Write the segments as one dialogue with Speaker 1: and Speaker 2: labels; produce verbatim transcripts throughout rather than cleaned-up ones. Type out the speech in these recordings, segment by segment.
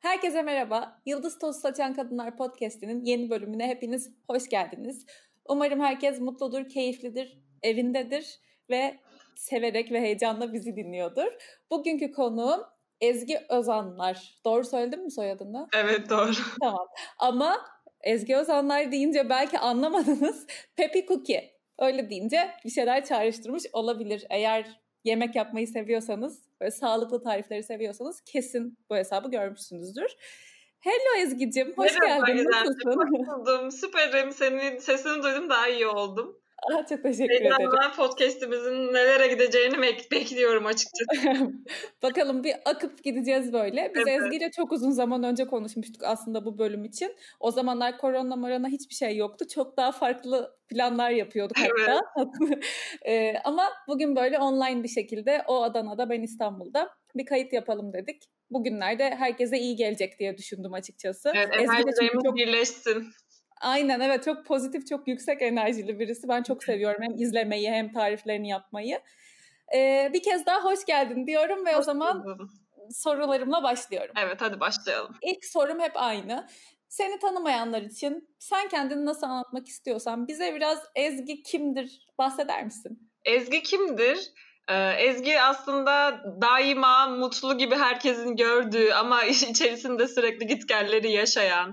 Speaker 1: Herkese merhaba. Yıldız Tozu Saçan Kadınlar Podcast'inin yeni bölümüne hepiniz hoş geldiniz. Umarım herkes mutludur, keyiflidir, evindedir ve severek ve heyecanla bizi dinliyordur. Bugünkü konuğum Ezgi Özanlar. Doğru söyledim mi soyadını?
Speaker 2: Evet, doğru.
Speaker 1: Tamam. Ama Ezgi Özanlar deyince belki anlamadınız. Pepi Cookie. Öyle deyince bir şeyler çağrıştırmış olabilir. Eğer yemek yapmayı seviyorsanız, böyle sağlıklı tarifleri seviyorsanız kesin bu hesabı görmüşsünüzdür. Hello Ezgi'cim, hoş
Speaker 2: Merhaba
Speaker 1: geldin.
Speaker 2: Gizemciğim,
Speaker 1: Nasılsın?
Speaker 2: hoş buldum. Süperim. Senin sesini duydum, daha iyi oldum.
Speaker 1: Ah, çok teşekkür ederim.
Speaker 2: Heyecanla podcast'imizin nelere gideceğini bek- bekliyorum açıkçası.
Speaker 1: Bakalım bir akıp gideceğiz böyle. Biz
Speaker 2: Evet.
Speaker 1: Ezgi'yle çok uzun zaman önce konuşmuştuk aslında bu bölüm için. O zamanlar korona morona hiçbir şey yoktu. Çok daha farklı planlar yapıyorduk hatta.
Speaker 2: Evet.
Speaker 1: Ee, ama bugün böyle online bir şekilde o Adana'da, ben İstanbul'da bir kayıt yapalım dedik. Bugünlerde herkese iyi gelecek diye düşündüm açıkçası.
Speaker 2: Evet,
Speaker 1: Ezgi de çünkü
Speaker 2: enerjilerimiz
Speaker 1: çok...
Speaker 2: birleşsin.
Speaker 1: Aynen, evet, çok pozitif, çok yüksek enerjili birisi. Ben çok seviyorum hem izlemeyi hem tariflerini yapmayı. Ee, bir kez daha hoş geldin diyorum ve
Speaker 2: Hoş
Speaker 1: o zaman
Speaker 2: buldum.
Speaker 1: sorularımla başlıyorum.
Speaker 2: Evet, hadi başlayalım.
Speaker 1: İlk sorum hep aynı. Seni tanımayanlar için sen kendini nasıl anlatmak istiyorsan bize biraz Ezgi kimdir bahseder misin?
Speaker 2: Ezgi kimdir? Ee, Ezgi aslında daima mutlu gibi herkesin gördüğü ama iş içerisinde sürekli gitgelleri yaşayan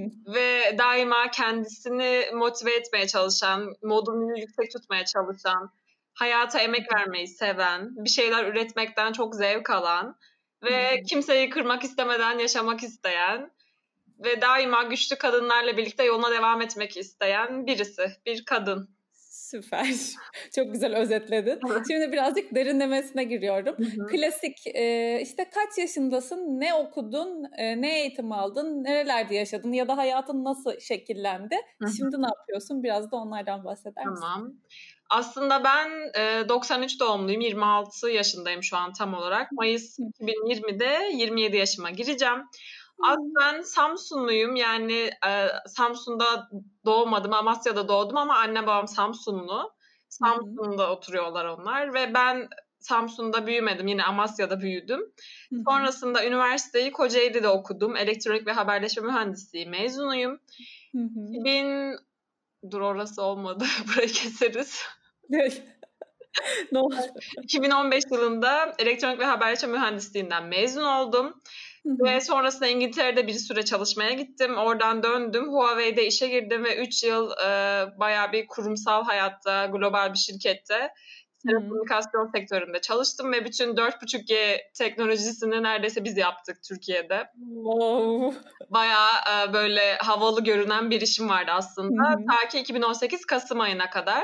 Speaker 2: ve daima kendisini motive etmeye çalışan, modunu yüksek tutmaya çalışan, hayata emek vermeyi seven, bir şeyler üretmekten çok zevk alan ve kimseyi kırmak istemeden yaşamak isteyen ve daima güçlü kadınlarla birlikte yoluna devam etmek isteyen birisi, bir kadın.
Speaker 1: Süper. Çok güzel özetledin. Şimdi birazcık derinlemesine giriyorum.
Speaker 2: Hı hı.
Speaker 1: Klasik e, işte kaç yaşındasın, ne okudun, e, ne eğitim aldın, nerelerde yaşadın ya da hayatın nasıl şekillendi?
Speaker 2: Hı hı.
Speaker 1: Şimdi ne yapıyorsun? Biraz da onlardan bahseder misin?
Speaker 2: Tamam. Aslında ben e, doksan üç doğumluyum. yirmi altı yaşındayım şu an tam olarak. Mayıs iki bin yirmide yirmi yedi yaşıma gireceğim. Aslen Samsunluyum. Yani e, Samsun'da doğmadım. Amasya'da doğdum ama anne babam Samsunlu. Samsun'da oturuyorlar onlar ve ben Samsun'da büyümedim. Yine Amasya'da büyüdüm. Sonrasında üniversiteyi Kocaeli'de okudum. Elektronik ve haberleşme mühendisliği mezunuyum. iki bin Dur, orası olmadı. Burayı keseriz.
Speaker 1: Ne oldu?
Speaker 2: iki bin on beş yılında elektronik ve haberleşme mühendisliğinden mezun oldum. Ve sonrasında İngiltere'de bir süre çalışmaya gittim. Oradan döndüm. Huawei'de işe girdim ve üç yıl e, bayağı bir kurumsal hayatta, global bir şirkette telekomünikasyon sektöründe çalıştım ve bütün dört buçuk G teknolojisini neredeyse biz yaptık Türkiye'de.
Speaker 1: Wow.
Speaker 2: Bayağı e, böyle havalı görünen bir işim vardı aslında. Ta ki iki bin on sekiz Kasım ayına kadar.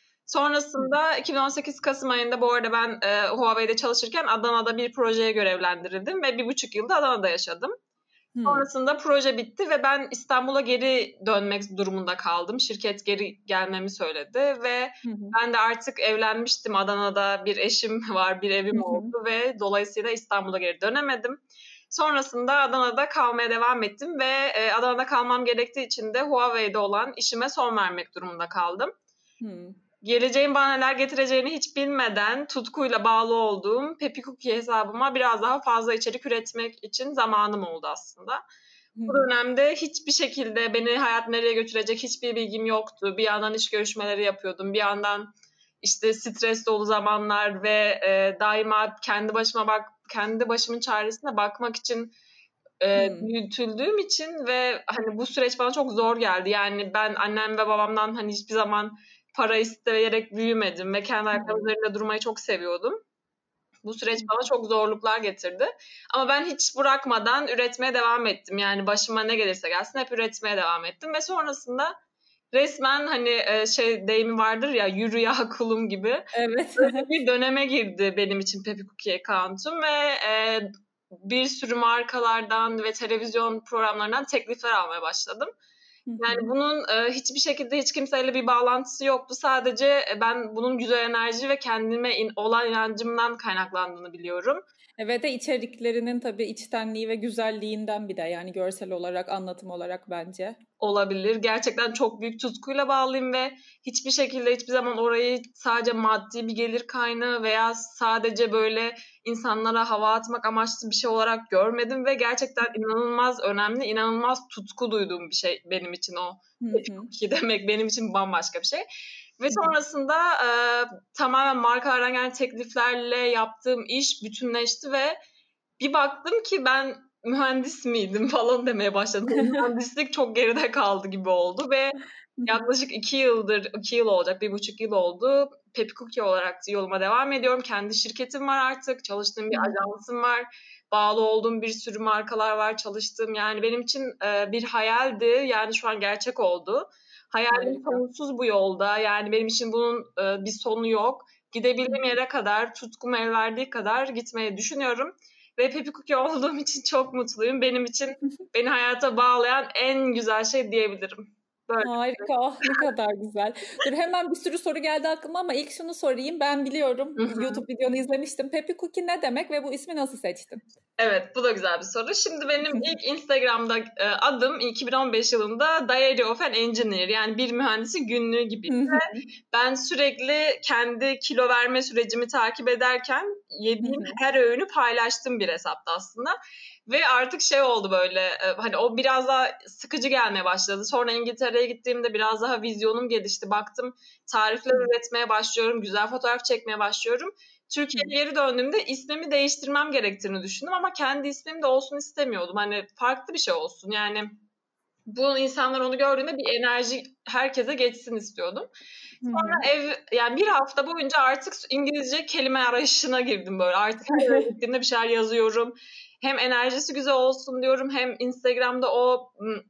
Speaker 2: Sonrasında iki bin on sekiz Kasım ayında bu arada ben e, Huawei'de çalışırken Adana'da bir projeye görevlendirildim ve bir buçuk yılda Adana'da yaşadım. Sonrasında proje bitti ve ben İstanbul'a geri dönmek durumunda kaldım. Şirket geri gelmemi söyledi ve ben de artık evlenmiştim. Adana'da bir eşim var, bir evim oldu ve dolayısıyla İstanbul'a geri dönemedim. Sonrasında Adana'da kalmaya devam ettim ve e, Adana'da kalmam gerektiği için de Huawei'de olan işime son vermek durumunda kaldım. Hmm. Geleceğin bana neler getireceğini hiç bilmeden tutkuyla bağlı olduğum Pepi Cookie hesabıma biraz daha fazla içerik üretmek için zamanım oldu aslında. Hmm. Bu dönemde hiçbir şekilde beni hayat nereye götürecek hiçbir bilgim yoktu. Bir yandan iş görüşmeleri yapıyordum, bir yandan işte stres dolu zamanlar ve e, daima kendi başıma bak, kendi başımın çaresine bakmak için e, hmm. büyütüldüğüm için ve hani bu süreç bana çok zor geldi. Yani ben annem ve babamdan hani hiçbir zaman para isteyerek büyümedim ve kendi ayaklarım üzerinde durmayı çok seviyordum. Bu süreç bana çok zorluklar getirdi. Ama ben hiç bırakmadan üretmeye devam ettim. Yani başıma ne gelirse gelsin hep üretmeye devam ettim ve sonrasında resmen hani şey deyimi vardır ya, yürü ya kulum gibi.
Speaker 1: Evet.
Speaker 2: Öyle bir döneme girdi benim için Pepi Cookie account'um ve e, bir sürü markalardan ve televizyon programlarından teklifler almaya başladım. Yani bunun e, hiçbir şekilde hiç kimseyle bir bağlantısı yoktu. Sadece ben bunun güzel enerji ve kendime in, olan inancımdan kaynaklandığını biliyorum.
Speaker 1: Evet de içeriklerinin tabii içtenliği ve güzelliğinden bir de yani görsel olarak, anlatım olarak bence.
Speaker 2: Olabilir. Gerçekten çok büyük tutkuyla bağlıyım ve hiçbir şekilde hiçbir zaman orayı sadece maddi bir gelir kaynağı veya sadece böyle insanlara hava atmak amaçlı bir şey olarak görmedim ve gerçekten inanılmaz önemli, inanılmaz tutku duyduğum bir şey benim için o. Ki demek benim için bambaşka bir şey. Ve sonrasında e, tamamen markalardan gelen tekliflerle yaptığım iş bütünleşti ve bir baktım ki ben mühendis miydim falan demeye başladım. Mühendislik çok geride kaldı gibi oldu ve yaklaşık iki yıldır, iki yıl olacak, bir buçuk yıl oldu. Pepi Cookie olarak yoluma devam ediyorum. Kendi şirketim var artık, çalıştığım bir ajansım var. Bağlı olduğum bir sürü markalar var, çalıştığım. Yani benim için e, bir hayaldi, yani şu an gerçek oldu. Hayalim sonsuz bu yolda, yani benim için bunun e, bir sonu yok. Gidebildiğim yere kadar, tutkum el verdiği kadar gitmeyi düşünüyorum. Ve Pepi Cookie olduğum için çok mutluyum. Benim için beni hayata bağlayan en güzel şey diyebilirim. Böyle.
Speaker 1: Harika, ah ne kadar güzel. Dur hemen bir sürü soru geldi aklıma ama ilk şunu sorayım. Ben biliyorum,
Speaker 2: Hı hı.
Speaker 1: YouTube videonu izlemiştim. Pepi Cookie ne demek ve bu ismi nasıl seçtin?
Speaker 2: Evet, bu da güzel bir soru. Şimdi benim ilk Instagram'da e, adım iki bin on beş yılında Diary of an Engineer, yani bir mühendisin günlüğü gibiydi. Ben sürekli kendi kilo verme sürecimi takip ederken yediğim her öğünü paylaştığım bir hesaptı aslında. Ve artık şey oldu böyle, e, hani o biraz daha sıkıcı gelmeye başladı. Sonra İngiltere'ye gittiğimde biraz daha vizyonum gelişti. Baktım tarifler üretmeye başlıyorum, güzel fotoğraf çekmeye başlıyorum. Türkiye'ye geri döndüğümde ismimi değiştirmem gerektiğini düşündüm ama kendi ismim de olsun istemiyordum. Hani farklı bir şey olsun. Yani bu insanlar onu gördüğünde bir enerji herkese geçsin istiyordum. Sonra ev, yani bir hafta boyunca artık İngilizce kelime arayışına girdim böyle. Artık her yere gittiğimde bir şeyler yazıyorum. Hem enerjisi güzel olsun diyorum, hem Instagram'da o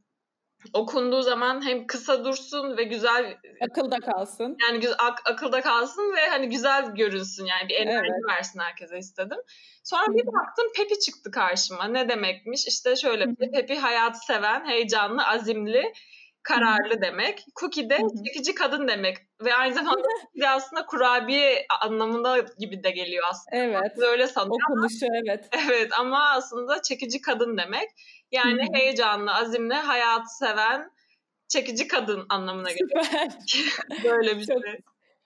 Speaker 2: okunduğu zaman hem kısa dursun ve güzel,
Speaker 1: akılda kalsın.
Speaker 2: Yani güzel, ak- akılda kalsın ve hani güzel görünsün, yani bir enerji
Speaker 1: Evet.
Speaker 2: versin herkese istedim. Sonra bir baktım Pepi çıktı karşıma. Ne demekmiş? İşte şöyle bir şey. Pepi hayatı seven, heyecanlı, azimli, kararlı demek. Cookie de çekici kadın demek. Ve aynı zamanda de aslında kurabiye anlamında gibi de geliyor aslında.
Speaker 1: Evet.
Speaker 2: Böyle sanıyor.
Speaker 1: Okunuşu evet.
Speaker 2: Evet, ama aslında çekici kadın demek. Yani heyecanlı, azimli, hayatı seven, çekici kadın anlamına geliyor.
Speaker 1: Süper.
Speaker 2: Böyle bir
Speaker 1: Çok...
Speaker 2: şey.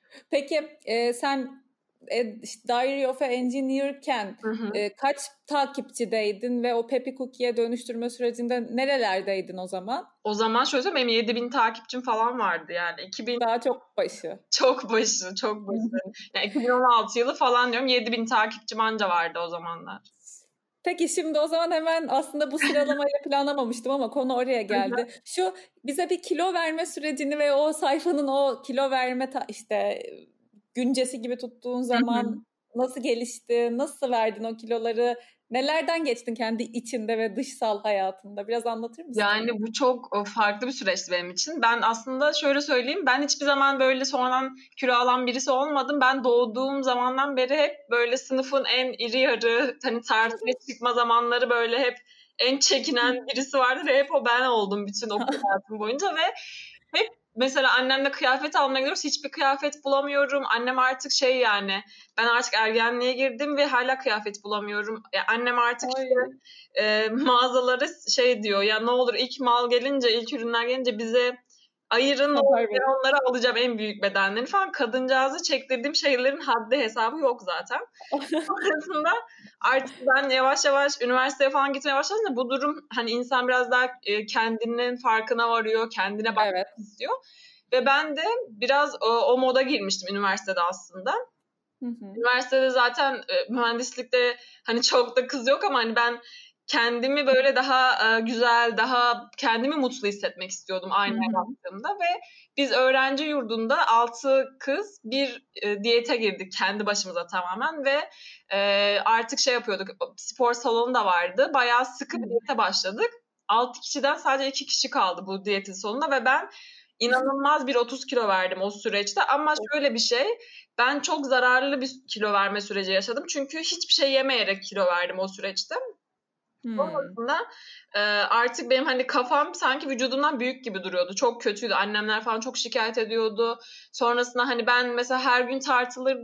Speaker 1: Peki e, sen e, işte Diary of an Engineer'ken e, kaç takipçideydin ve o Pepi Cookie'ye dönüştürme sürecinde nerelerdeydin o zaman?
Speaker 2: O zaman şöyle söyleyeyim, benim yedi bin takipçim falan vardı yani. iki bin
Speaker 1: Daha çok başı.
Speaker 2: Çok başı, çok başı. Yani iki bin on altı yılı falan diyorum, yedi bin takipçim anca vardı o zamanlar.
Speaker 1: Peki şimdi o zaman hemen aslında bu sıralamayla planlamamıştım ama konu oraya geldi. Şu bize bir kilo verme sürecini ve o sayfanın o kilo verme ta- işte güncesi gibi tuttuğun zaman nasıl gelişti, nasıl verdin o kiloları, nelerden geçtin kendi içinde ve dışsal hayatında? Biraz anlatır mısın?
Speaker 2: Yani bu çok farklı bir süreçti benim için. Ben aslında şöyle söyleyeyim, ben hiçbir zaman böyle sonradan kilo alan birisi olmadım. Ben doğduğum zamandan beri hep böyle sınıfın en iri yarı, hani tartıya çıkma zamanları böyle hep en çekinen birisi vardı ve hep o ben oldum bütün okul hayatım boyunca ve hep mesela annemle kıyafet almaya gidiyoruz, hiçbir kıyafet bulamıyorum. Annem artık şey, yani ben artık ergenliğe girdim ve hala kıyafet bulamıyorum. Ya annem artık
Speaker 1: Ay.
Speaker 2: işte e, mağazaları şey diyor ya, ne olur ilk mal gelince, ilk ürünler gelince bize ayırın, ne olur ben onları alacağım en büyük bedenlerini falan. Kadıncağızı çektirdiğim şeylerin haddi hesabı yok zaten. Sonrasında artık ben yavaş yavaş üniversiteye falan gitmeye başlayınca bu durum, hani insan biraz daha e, kendinin farkına varıyor, kendine bakmak
Speaker 1: Evet.
Speaker 2: istiyor. Ve ben de biraz o, o moda girmiştim üniversitede aslında.
Speaker 1: Hı hı.
Speaker 2: Üniversitede zaten e, mühendislikte hani çok da kız yok ama hani ben kendimi böyle daha e, güzel, daha kendimi mutlu hissetmek istiyordum aynaya baktığımda ve biz öğrenci yurdunda altı kız bir e, diyete girdik kendi başımıza tamamen ve e, artık şey yapıyorduk, spor salonu da vardı, bayağı sıkı bir diyete başladık. altı kişiden sadece iki kişi kaldı bu diyetin sonunda ve ben inanılmaz bir otuz kilo verdim o süreçte ama şöyle bir şey, ben çok zararlı bir kilo verme süreci yaşadım. Çünkü hiçbir şey yemeyerek kilo verdim o süreçte.
Speaker 1: Hmm.
Speaker 2: Sonrasında e, artık benim hani kafam sanki vücudumdan büyük gibi duruyordu. Çok kötüydü. Annemler falan çok şikayet ediyordu. Sonrasında hani ben mesela her gün tartılırdım.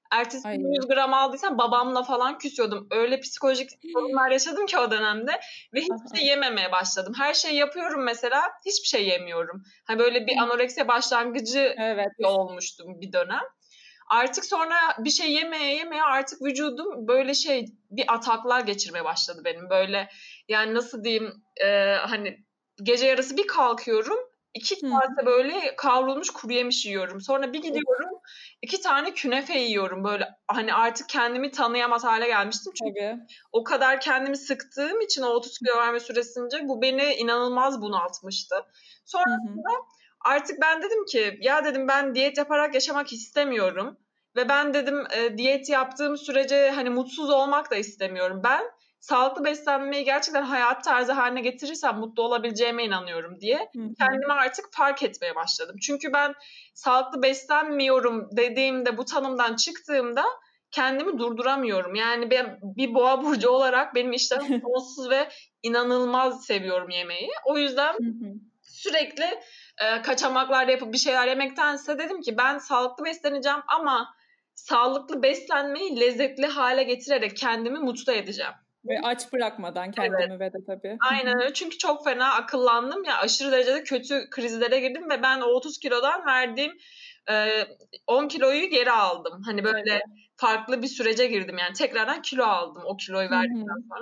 Speaker 2: Ertesi
Speaker 1: Ay.
Speaker 2: gün yüz gram aldıysam babamla falan küsüyordum. Öyle psikolojik sorunlar yaşadım ki o dönemde ve hiçbir şey yememeye başladım. Her şeyi yapıyorum mesela, hiçbir şey yemiyorum. Hani böyle bir anoreksiya başlangıcı
Speaker 1: evet.
Speaker 2: olmuştum bir dönem. Artık sonra bir şey yemeye yemeye artık vücudum böyle şey bir ataklar geçirmeye başladı benim. Böyle yani nasıl diyeyim, e, hani gece yarısı bir kalkıyorum, iki saate böyle kavrulmuş kuru yemiş yiyorum. Sonra bir gidiyorum iki tane künefe yiyorum. Böyle hani artık kendimi tanıyamaz hale gelmiştim. Çünkü
Speaker 1: Tabii.
Speaker 2: o kadar kendimi sıktığım için o otuz kilo verme süresince bu beni inanılmaz bunaltmıştı. Sonrasında artık ben dedim ki ya dedim ben diyet yaparak yaşamak istemiyorum. Ve ben dedim e, diyet yaptığım sürece hani mutsuz olmak da istemiyorum. Ben sağlıklı beslenmeyi gerçekten hayat tarzı haline getirirsem mutlu olabileceğime inanıyorum diye hı hı. kendimi artık fark etmeye başladım. Çünkü ben sağlıklı beslenmiyorum dediğimde, bu tanımdan çıktığımda kendimi durduramıyorum. Yani ben bir boğa burcu olarak benim iştahım sonsuz ve inanılmaz seviyorum yemeği. O yüzden hı hı. sürekli e, kaçamaklar yapıp bir şeyler yemektense dedim ki ben sağlıklı besleneceğim ama sağlıklı beslenmeyi lezzetli hale getirerek kendimi mutlu edeceğim.
Speaker 1: Ve aç bırakmadan kendimi evet. ve de tabii.
Speaker 2: Aynen öyle. Çünkü çok fena akıllandım ya, aşırı derecede kötü krizlere girdim ve ben o otuz kilodan verdiğim e, on kiloyu geri aldım. Hani böyle tabii. farklı bir sürece girdim yani tekrardan kilo aldım o kiloyu verdikten sonra.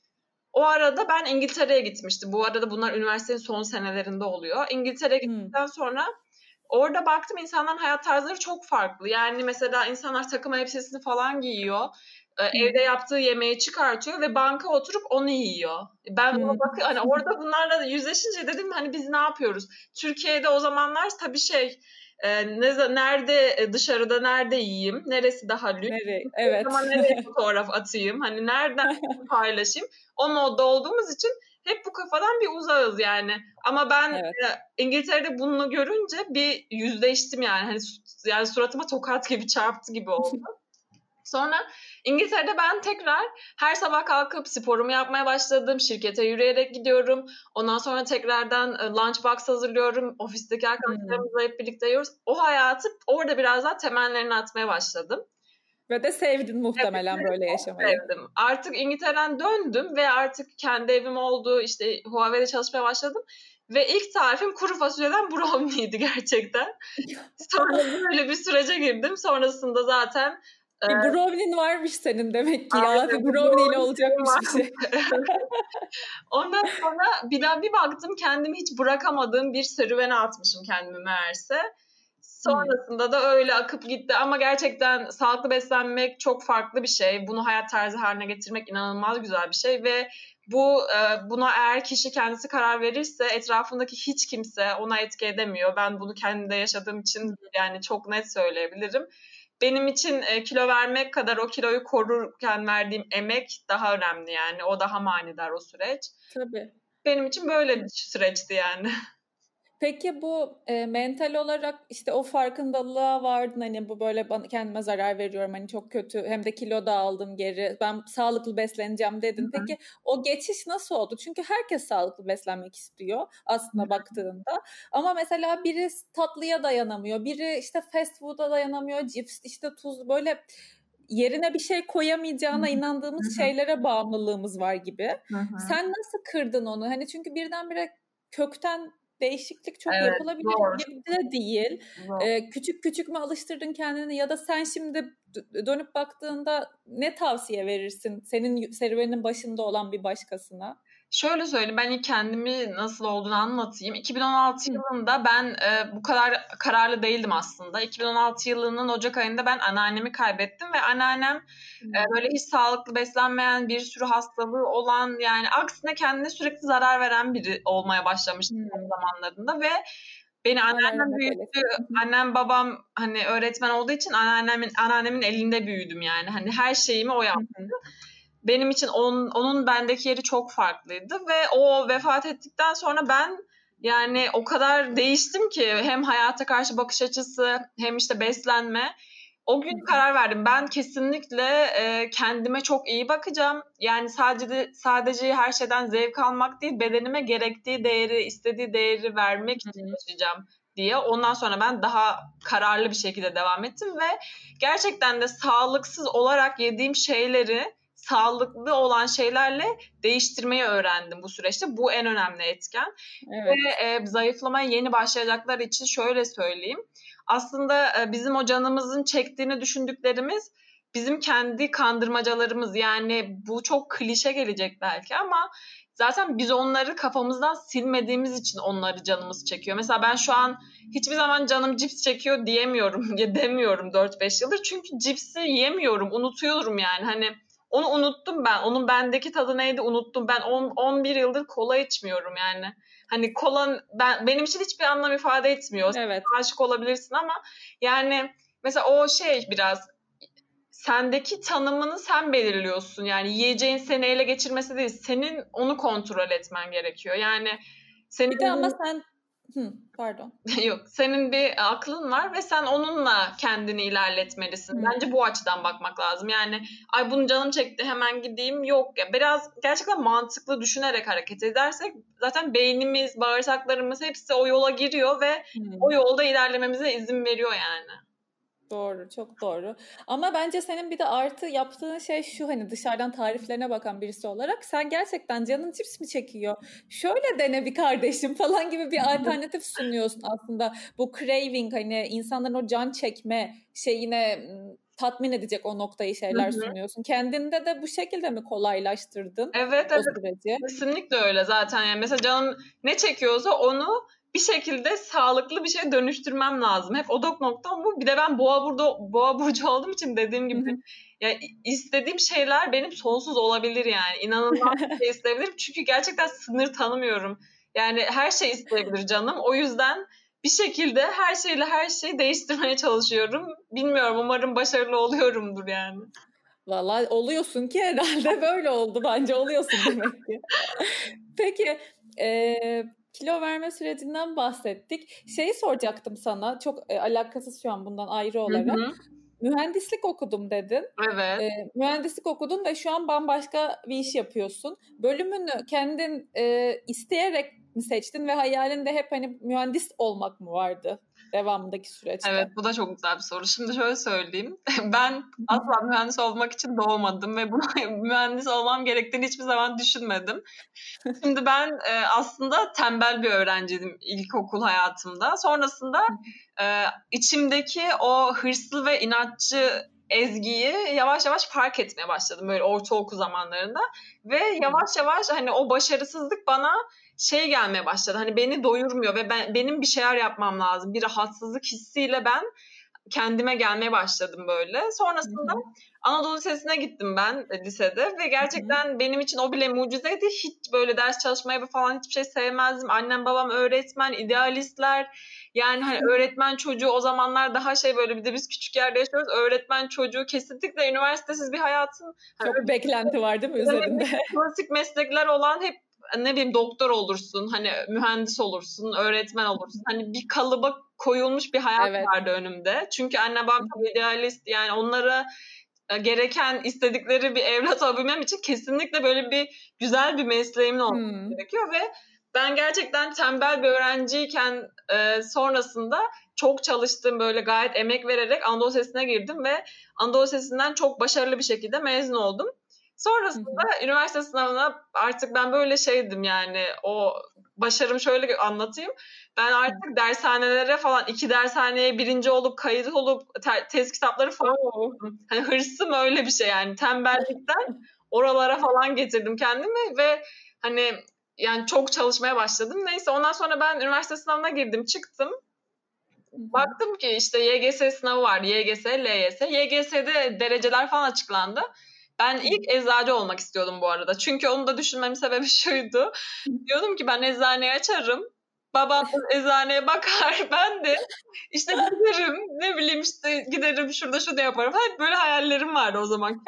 Speaker 2: O arada ben İngiltere'ye gitmiştim. Bu arada bunlar üniversitenin son senelerinde oluyor. İngiltere'ye gittikten sonra orada baktım insanların hayat tarzları çok farklı. Yani mesela insanlar takım elbisesini falan giyiyor. Ee, evde yaptığı yemeği çıkartıyor ve banka oturup onu yiyor. Ben ona bakıyorum, hani orada bunlarla da yüzleşince dedim hani biz ne yapıyoruz? Türkiye'de o zamanlar tabii şey e, ne, nerede dışarıda nerede yiyeyim? Neresi daha lüks?
Speaker 1: Nereye? Evet.
Speaker 2: O zaman nereye fotoğraf atayım? Hani nereden paylaşayım? O modda olduğumuz için hep bu kafadan bir uzağız yani. Ama ben evet. e, İngiltere'de bunu görünce bir yüzleştim yani. Hani yani suratıma tokat gibi çarptı gibi oldu. Sonra İngiltere'de ben tekrar her sabah kalkıp sporumu yapmaya başladım. Şirkete yürüyerek gidiyorum. Ondan sonra tekrardan lunchbox hazırlıyorum. Ofisteki arkadaşlarımızla hep birlikte yiyoruz. O hayatı orada biraz daha temellerini atmaya başladım.
Speaker 1: Ve de sevdin muhtemelen evet, böyle yaşamayı.
Speaker 2: Sevdim. Artık İngiltere'den döndüm ve artık kendi evim oldu. İşte Huawei'de çalışmaya başladım. Ve ilk tarifim kuru fasulyeden brownie'ydi gerçekten. Sonra böyle bir sürece girdim. Sonrasında zaten
Speaker 1: bir brownie'nin varmış senin demek ki. Ya bir brownie ile olacakmış bir şey.
Speaker 2: Ondan sonra bir daha bir baktım kendimi hiç bırakamadığım bir serüvene atmışım kendimi meğerse. Sonrasında hmm. da öyle akıp gitti ama gerçekten sağlıklı beslenmek çok farklı bir şey. Bunu hayat tarzı haline getirmek inanılmaz güzel bir şey ve bu buna eğer kişi kendisi karar verirse etrafındaki hiç kimse ona etki edemiyor. Ben bunu kendimde yaşadığım için yani çok net söyleyebilirim. Benim için e, kilo vermek kadar o kiloyu korurken verdiğim emek daha önemli yani. O daha manidar o süreç.
Speaker 1: Tabii.
Speaker 2: Benim için böyle bir süreçti yani.
Speaker 1: Peki bu e, mental olarak işte o farkındalığa vardın hani bu böyle bana, kendime zarar veriyorum hani çok kötü hem de kilo da aldım geri ben sağlıklı besleneceğim dedin. Hı-hı. Peki o geçiş nasıl oldu? Çünkü herkes sağlıklı beslenmek istiyor aslında Hı-hı. baktığında ama mesela biri tatlıya dayanamıyor, biri işte fast food'a dayanamıyor, cips işte tuz böyle yerine bir şey koyamayacağına Hı-hı. inandığımız Hı-hı. şeylere bağımlılığımız var gibi. Hı-hı. Sen nasıl kırdın onu? Hani çünkü birdenbire kökten değişiklik çok evet, yapılabilir doğru. gibi de değil. Ee, küçük küçük mü alıştırdın kendini ya da sen şimdi dönüp baktığında ne tavsiye verirsin senin serüvenin başında olan bir başkasına?
Speaker 2: Şöyle söyleyeyim, ben ilk kendimi nasıl olduğunu anlatayım. iki bin on altı Hı. yılında ben e, bu kadar kararlı değildim aslında. iki bin on altı yılının Ocak ayında ben anneannemi kaybettim ve anneannem e, böyle hiç sağlıklı beslenmeyen, bir sürü hastalığı olan, yani aksine kendine sürekli zarar veren biri olmaya başlamıştı o zamanlarında ve beni anneannem büyüttü. Annem babam hani öğretmen olduğu için anneannemin anneannemin elinde büyüdüm yani. Hani her şeyimi o yaptı. Hı hı. Benim için on, onun bendeki yeri çok farklıydı ve o vefat ettikten sonra ben yani o kadar değiştim ki hem hayata karşı bakış açısı hem işte beslenme. O gün karar verdim. Ben kesinlikle e, kendime çok iyi bakacağım. Yani sadece sadece her şeyden zevk almak değil, bedenime gerektiği değeri, istediği değeri vermek için yaşayacağım. diye. Ondan sonra ben daha kararlı bir şekilde devam ettim ve gerçekten de sağlıksız olarak yediğim şeyleri sağlıklı olan şeylerle değiştirmeyi öğrendim bu süreçte. Bu en önemli etken.
Speaker 1: Evet.
Speaker 2: Ve e, zayıflamaya yeni başlayacaklar için şöyle söyleyeyim. Aslında e, bizim o canımızın çektiğini düşündüklerimiz bizim kendi kandırmacalarımız. Yani bu çok klişe gelecek belki ama zaten biz onları kafamızdan silmediğimiz için onları canımız çekiyor. Mesela ben şu an hiçbir zaman canım cips çekiyor diyemiyorum, demiyorum dört beş yıldır. Çünkü cipsi yemiyorum, unutuyorum yani. Hani onu unuttum ben. Onun bendeki tadı neydi unuttum. Ben on bir yıldır kola içmiyorum yani. Hani kola ben, benim için hiçbir anlam ifade etmiyor.
Speaker 1: Evet.
Speaker 2: Sen aşık olabilirsin ama yani mesela o şey biraz sendeki tanımını sen belirliyorsun. Yani yiyeceğin seni ele geçirmesi değil. Senin onu kontrol etmen gerekiyor. Yani senin
Speaker 1: bir de ama sen Hı, pardon.
Speaker 2: Yok, senin bir aklın var ve sen onunla kendini ilerletmelisin.
Speaker 1: Hı.
Speaker 2: Bence bu açıdan bakmak lazım. Yani ay bunu canım çekti hemen gideyim yok ya. Biraz gerçekten mantıklı düşünerek hareket edersek zaten beynimiz, bağırsaklarımız hepsi o yola giriyor ve
Speaker 1: Hı.
Speaker 2: o yolda ilerlememize izin veriyor yani.
Speaker 1: Doğru, çok doğru. Ama bence senin bir de artı yaptığın şey şu, hani dışarıdan tariflerine bakan birisi olarak sen gerçekten canın cips mi çekiyor? Şöyle dene bir kardeşim falan gibi bir alternatif sunuyorsun aslında. Bu craving, hani insanların o can çekme şeyine tatmin edecek o noktayı şeyler sunuyorsun. Kendinde de bu şekilde mi kolaylaştırdın
Speaker 2: Evet,
Speaker 1: o
Speaker 2: evet.
Speaker 1: süreci?
Speaker 2: Kesinlikle öyle zaten. Yani mesela canım ne çekiyorsa onu bir şekilde sağlıklı bir şeye dönüştürmem lazım. Hep odak noktam bu. Bir de ben boğa burada boğa burcu olduğum için dediğim gibi ya istediğim şeyler benim sonsuz olabilir yani. İnanılmaz bir şey isteyebilirim. Çünkü gerçekten sınır tanımıyorum. Yani her şey isteyebilir canım. O yüzden bir şekilde her şeyle her şeyi değiştirmeye çalışıyorum. Bilmiyorum, umarım başarılı oluyorumdur yani.
Speaker 1: Vallahi oluyorsun ki herhalde böyle oldu. Bence oluyorsun demek ki. Peki e, kilo verme sürecinden bahsettik. Şeyi soracaktım sana, çok e, alakasız şu an bundan ayrı olarak.
Speaker 2: Hı hı.
Speaker 1: Mühendislik okudum dedin.
Speaker 2: Evet.
Speaker 1: E, mühendislik okudun ve şu an bambaşka bir iş yapıyorsun. Bölümünü kendin e, isteyerek mi seçtin ve hayalinde hep hani mühendis olmak mı vardı devamındaki süreçte?
Speaker 2: Evet, bu da çok güzel bir soru. Şimdi şöyle söyleyeyim. Ben asla mühendis olmak için doğmadım ve buna mühendis olmam gerektiğini hiçbir zaman düşünmedim. Şimdi ben e, aslında tembel bir öğrenciydim ilkokul hayatımda. Sonrasında e, içimdeki o hırslı ve inatçı Ezgi'yi yavaş yavaş fark etmeye başladım böyle ortaokul zamanlarında. Ve yavaş yavaş hani o başarısızlık bana şey gelmeye başladı. Hani beni doyurmuyor ve ben benim bir şeyler yapmam lazım. Bir rahatsızlık hissiyle ben kendime gelmeye başladım böyle. Sonrasında Anadolu Lisesi'ne gittim ben lisede ve gerçekten benim için o bile mucizeydi. Hiç böyle ders çalışmayı falan hiçbir şey sevmezdim. Annem babam öğretmen, idealistler. Yani hani öğretmen çocuğu o zamanlar daha şey böyle, bir de biz küçük yerde yaşıyoruz. Öğretmen çocuğu kesinlikle üniversitesiz bir hayatın
Speaker 1: Çok
Speaker 2: hani
Speaker 1: beklenti var değil mi üzerinde?
Speaker 2: klasik meslekler olan hep ne bileyim doktor olursun, hani mühendis olursun, öğretmen olursun. Hani bir kalıba koyulmuş bir hayat
Speaker 1: Evet.
Speaker 2: vardı önümde. Çünkü anne babam çok idealist, yani onlara gereken istedikleri bir evlat olabilmem için kesinlikle böyle bir güzel bir mesleğimin olması
Speaker 1: Hmm.
Speaker 2: gerekiyor ve ben gerçekten tembel bir öğrenciyken e, sonrasında çok çalıştım, böyle gayet emek vererek Anadolu Lisesi'ne girdim ve Anadolu Lisesi'nden çok başarılı bir şekilde mezun oldum. Sonrasında üniversite sınavına artık ben böyle şeydim yani, o başarımı şöyle anlatayım. Ben artık dershanelere falan, iki dershaneye birinci olup kayıt olup te- test kitapları falan okudum. Hani hırsım öyle bir şey yani, tembellikten oralara falan getirdim kendimi ve hani yani çok çalışmaya başladım. Neyse, ondan sonra ben üniversite sınavına girdim, çıktım. Baktım ki işte Y G S sınavı vardı. Y G S, L Y S. Y G S'de dereceler falan açıklandı. Ben ilk eczacı olmak istiyordum bu arada. Çünkü onu da düşünmemin sebebi şuydu. Diyordum ki ben eczaneyi açarım. Babam da eczaneye bakar. Ben de işte giderim. Ne bileyim işte giderim şurada şunu yaparım. Hep böyle hayallerim vardı o zaman.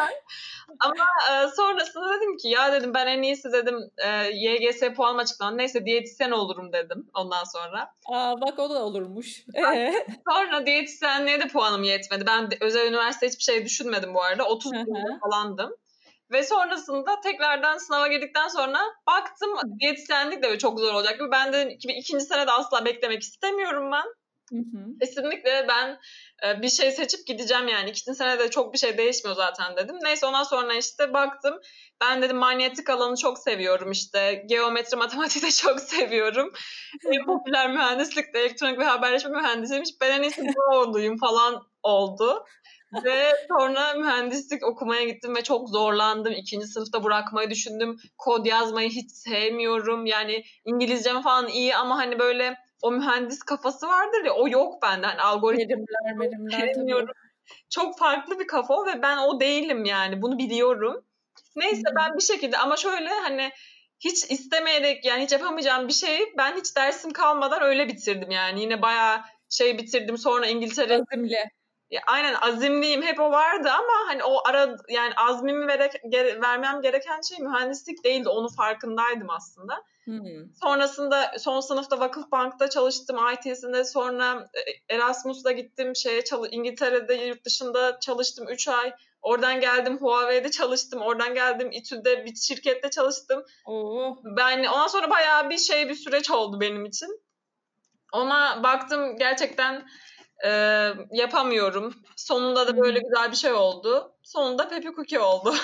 Speaker 2: Ama e, sonrasında dedim ki ya dedim ben en iyisi dedim e, Y G S puanım açıklandı. Neyse diyetisyen olurum dedim ondan sonra.
Speaker 1: Aa, bak o da olurmuş. Ee?
Speaker 2: Sonra diyetisyenliğe de puanım yetmedi. Ben de, özel üniversite hiçbir şey düşünmedim bu arada. otuz binde falandım. Ve sonrasında tekrardan sınava girdikten sonra baktım diyetisyenlik de çok zor olacak. Ben de ikinci senede asla beklemek istemiyorum ben.
Speaker 1: Hı hı.
Speaker 2: Kesinlikle ben bir şey seçip gideceğim yani. İkinci senede çok bir şey değişmiyor zaten dedim. Neyse ondan sonra işte baktım. Ben dedim manyetik alanı çok seviyorum işte. Geometri, matematiği de çok seviyorum. En popüler mühendislik de elektronik ve haberleşme mühendisiymiş. Ben en iyisi bu olayım falan oldu. Ve sonra mühendislik okumaya gittim ve çok zorlandım. İkinci sınıfta bırakmayı düşündüm. Kod yazmayı hiç sevmiyorum. Yani İngilizcem falan iyi ama hani böyle o mühendis kafası vardır ya, o yok bende. Hani algoritma
Speaker 1: Verimler, verimler tabii.
Speaker 2: Çok farklı bir kafa o ve ben o değilim yani. Bunu biliyorum. Neyse
Speaker 1: Hı hı.
Speaker 2: ben bir şekilde ama şöyle hani hiç istemeyerek yani hiç yapamayacağım bir şeyi ben hiç dersim kalmadan öyle bitirdim yani. Yine bayağı şey bitirdim. Sonra İngiltere
Speaker 1: Azimli.
Speaker 2: ya, aynen azimliyim, hep o vardı ama hani o ara yani azmimi vere, gere, vermem gereken şey mühendislik değildi. Onun farkındaydım aslında.
Speaker 1: Hmm.
Speaker 2: Sonrasında son sınıfta Vakıfbank'ta çalıştım I T'sinde. Sonra Erasmus'la gittim şeye çalış İngiltere'de yurt dışında çalıştım üç ay. Oradan geldim Huawei'de çalıştım. Oradan geldim İTÜ'de bir şirkette çalıştım.
Speaker 1: Oo.
Speaker 2: Ben ondan sonra bayağı bir şey bir süreç oldu benim için. Ona baktım gerçekten e, yapamıyorum. Sonunda da böyle güzel bir şey oldu. Sonunda Pepi Cookie oldu.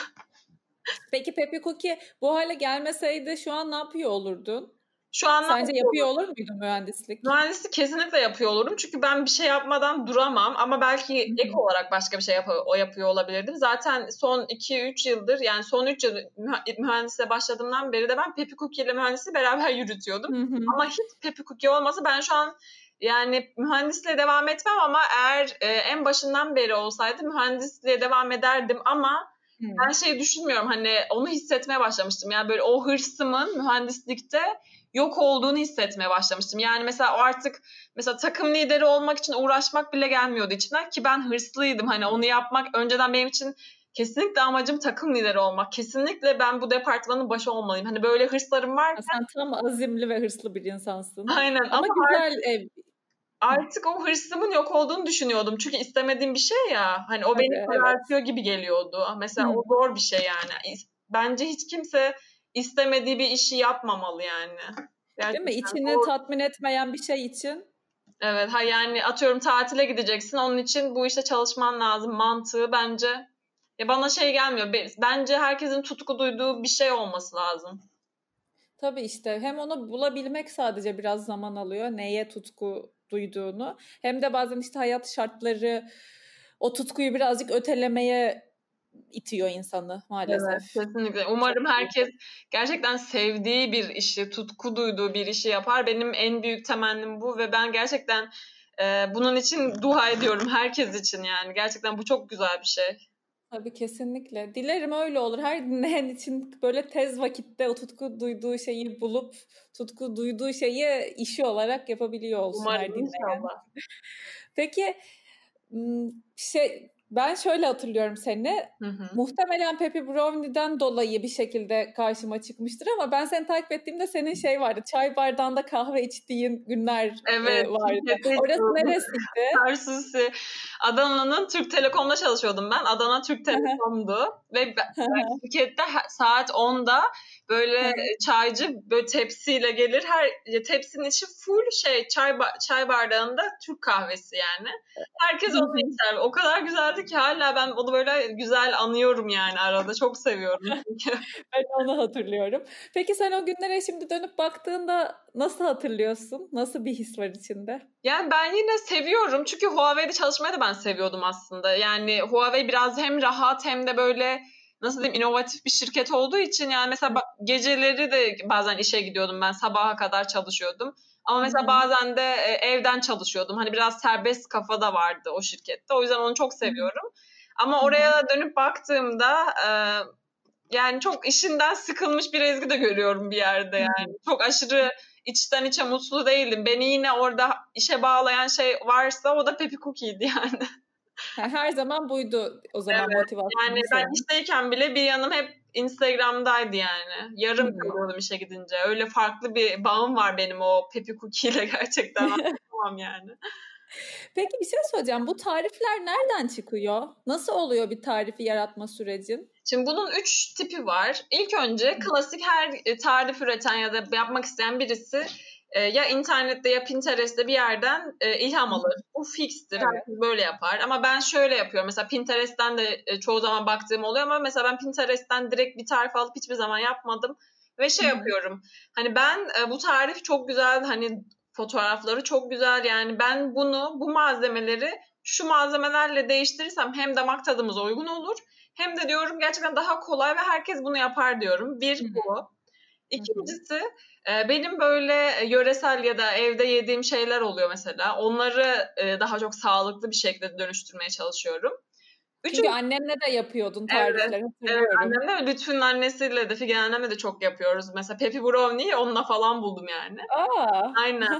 Speaker 1: Peki Pepi Cookie bu hale gelmeseydi şu an ne yapıyor olurdun?
Speaker 2: Şu an
Speaker 1: Sence yapıyor olur muydun mühendislik?
Speaker 2: mühendislik kesinlikle yapıyor olurum. Çünkü ben bir şey yapmadan duramam. Ama belki ek olarak başka bir şey yap- o yapıyor olabilirdim. Zaten son iki üç yıldır yani son üç yıl mühendisliğe başladığımdan beri de ben Pepi Cookie ile mühendisliği beraber yürütüyordum.
Speaker 1: Hı hı.
Speaker 2: Ama hiç Pepi Cookie olmasa ben şu an yani mühendisliğe devam etmem ama eğer e, en başından beri olsaydı mühendisliğe devam ederdim ama
Speaker 1: Hı.
Speaker 2: ben şey düşünmüyorum hani onu hissetmeye başlamıştım. Yani böyle o hırsımın mühendislikte yok olduğunu hissetmeye başlamıştım. Yani mesela o artık mesela takım lideri olmak için uğraşmak bile gelmiyordu içimden ki ben hırslıydım. Hani onu yapmak önceden benim için kesinlikle amacım takım lideri olmak. Kesinlikle ben bu departmanın başı olmalıyım. Hani böyle hırslarım varken.
Speaker 1: Sen tam azimli ve hırslı bir insansın.
Speaker 2: Aynen
Speaker 1: ama,
Speaker 2: ama
Speaker 1: güzel ev.
Speaker 2: Artık o hırsımın yok olduğunu düşünüyordum. Çünkü istemediğim bir şey ya. Hani o
Speaker 1: Tabii,
Speaker 2: beni karartıyor
Speaker 1: evet.
Speaker 2: gibi geliyordu. Mesela
Speaker 1: Hı.
Speaker 2: o zor bir şey yani. Bence hiç kimse istemediği bir işi yapmamalı yani.
Speaker 1: Değil mi?
Speaker 2: Gerçekten
Speaker 1: İçini
Speaker 2: zor.
Speaker 1: tatmin etmeyen bir şey için.
Speaker 2: Evet, ha yani atıyorum tatile gideceksin. Onun için bu işte çalışman lazım mantığı bence. Ya bana şey gelmiyor. Bence herkesin tutku duyduğu bir şey olması lazım.
Speaker 1: Tabii işte hem onu bulabilmek sadece biraz zaman alıyor. Neye tutku duyduğunu. Hem de bazen işte hayat şartları o tutkuyu birazcık ötelemeye itiyor insanı
Speaker 2: Evet,
Speaker 1: maalesef.
Speaker 2: kesinlikle.
Speaker 1: Çok
Speaker 2: Umarım
Speaker 1: iyi.
Speaker 2: herkes gerçekten sevdiği bir işi, tutku duyduğu bir işi yapar. Benim en büyük temennim bu ve ben gerçekten e, bunun için dua ediyorum herkes için yani. Gerçekten bu çok güzel bir şey.
Speaker 1: Tabii kesinlikle. Dilerim öyle olur. Her dinleyen için böyle tez vakitte o tutku duyduğu şeyi bulup tutku duyduğu şeyi işi olarak yapabiliyor olsun her
Speaker 2: Umarım
Speaker 1: dinleyen.
Speaker 2: inşallah.
Speaker 1: Peki şey ben şöyle hatırlıyorum seni.
Speaker 2: Hı hı.
Speaker 1: Muhtemelen Peppy Brownie'den dolayı bir şekilde karşıma çıkmıştır ama ben seni takip ettiğimde senin şey vardı. Çay bardağında kahve içtiğin günler
Speaker 2: Evet,
Speaker 1: e, vardı.
Speaker 2: şirkette
Speaker 1: Orası
Speaker 2: çalışıyordum.
Speaker 1: neresiydi?
Speaker 2: Tarsusi. Adana'nın Türk Telekom'da çalışıyordum ben. Adana Türk Telekom'du. Ve ben şirkette saat onda böyle çaycı böyle tepsiyle gelir. Her tepsinin içi full şey çay çay bardağında Türk kahvesi yani. Herkes onu içer. O kadar güzeldi ki hala ben onu böyle güzel anıyorum yani arada. Çok seviyorum çünkü.
Speaker 1: Ben onu hatırlıyorum. Peki sen o günlere şimdi dönüp baktığında nasıl hatırlıyorsun? Nasıl bir his var içinde?
Speaker 2: Yani ben yine seviyorum çünkü Huawei'de çalışmayı da ben seviyordum aslında. Yani Huawei biraz hem rahat hem de böyle nasıl diyeyim inovatif bir şirket olduğu için yani mesela bak, geceleri de bazen işe gidiyordum ben sabaha kadar çalışıyordum. Ama mesela bazen de e, evden çalışıyordum. Hani biraz serbest kafa da vardı o şirkette. O yüzden onu çok seviyorum. Ama oraya dönüp baktığımda e, yani çok işinden sıkılmış bir Ezgi de görüyorum bir yerde yani. Çok aşırı içten içe mutlu değildim. Beni yine orada işe bağlayan şey varsa o da Pepi Cookie'ydi yani.
Speaker 1: Her zaman buydu o zaman
Speaker 2: Evet. Yani
Speaker 1: motivasyonun
Speaker 2: ben
Speaker 1: senin.
Speaker 2: işteyken bile bir yanım hep Instagram'daydı yani. Yarım
Speaker 1: Hmm.
Speaker 2: kalıyordum işe gidince. Öyle farklı bir bağım var benim o Pepi Cookie ile gerçekten. Anlatamam yani.
Speaker 1: Peki bir şey söyleyeceğim. Bu tarifler nereden çıkıyor? Nasıl oluyor bir tarifi yaratma sürecin?
Speaker 2: Şimdi bunun üç tipi var. İlk önce klasik her tarif üreten ya da yapmak isteyen birisi e, ya internette ya Pinterest'te bir yerden e, ilham alır. Bu fikstir.
Speaker 1: Evet.
Speaker 2: Herkes böyle yapar. Ama ben şöyle yapıyorum. Mesela Pinterest'ten de e, çoğu zaman baktığım oluyor ama mesela ben Pinterest'ten direkt bir tarif alıp hiçbir zaman yapmadım. Ve şey
Speaker 1: Hı hı.
Speaker 2: yapıyorum. Hani ben e, bu tarif çok güzel. Hani fotoğrafları çok güzel. Yani ben bunu, bu malzemeleri şu malzemelerle değiştirirsem hem damak tadımıza uygun olur hem de diyorum gerçekten daha kolay ve herkes bunu yapar diyorum. Bir
Speaker 1: Hı
Speaker 2: bu.
Speaker 1: hı.
Speaker 2: İkincisi benim böyle yöresel ya da evde yediğim şeyler oluyor mesela. Onları daha çok sağlıklı bir şekilde dönüştürmeye çalışıyorum.
Speaker 1: Çünkü
Speaker 2: Üçüncü,
Speaker 1: annenle de yapıyordun
Speaker 2: evet,
Speaker 1: tarifleri,
Speaker 2: evet
Speaker 1: hatırlıyorum.
Speaker 2: annemle ve Lütfü'nün annesiyle de Figen annemle de çok yapıyoruz. Mesela Pepi Brownie'yi onunla falan buldum yani.
Speaker 1: Aa.
Speaker 2: Aynen.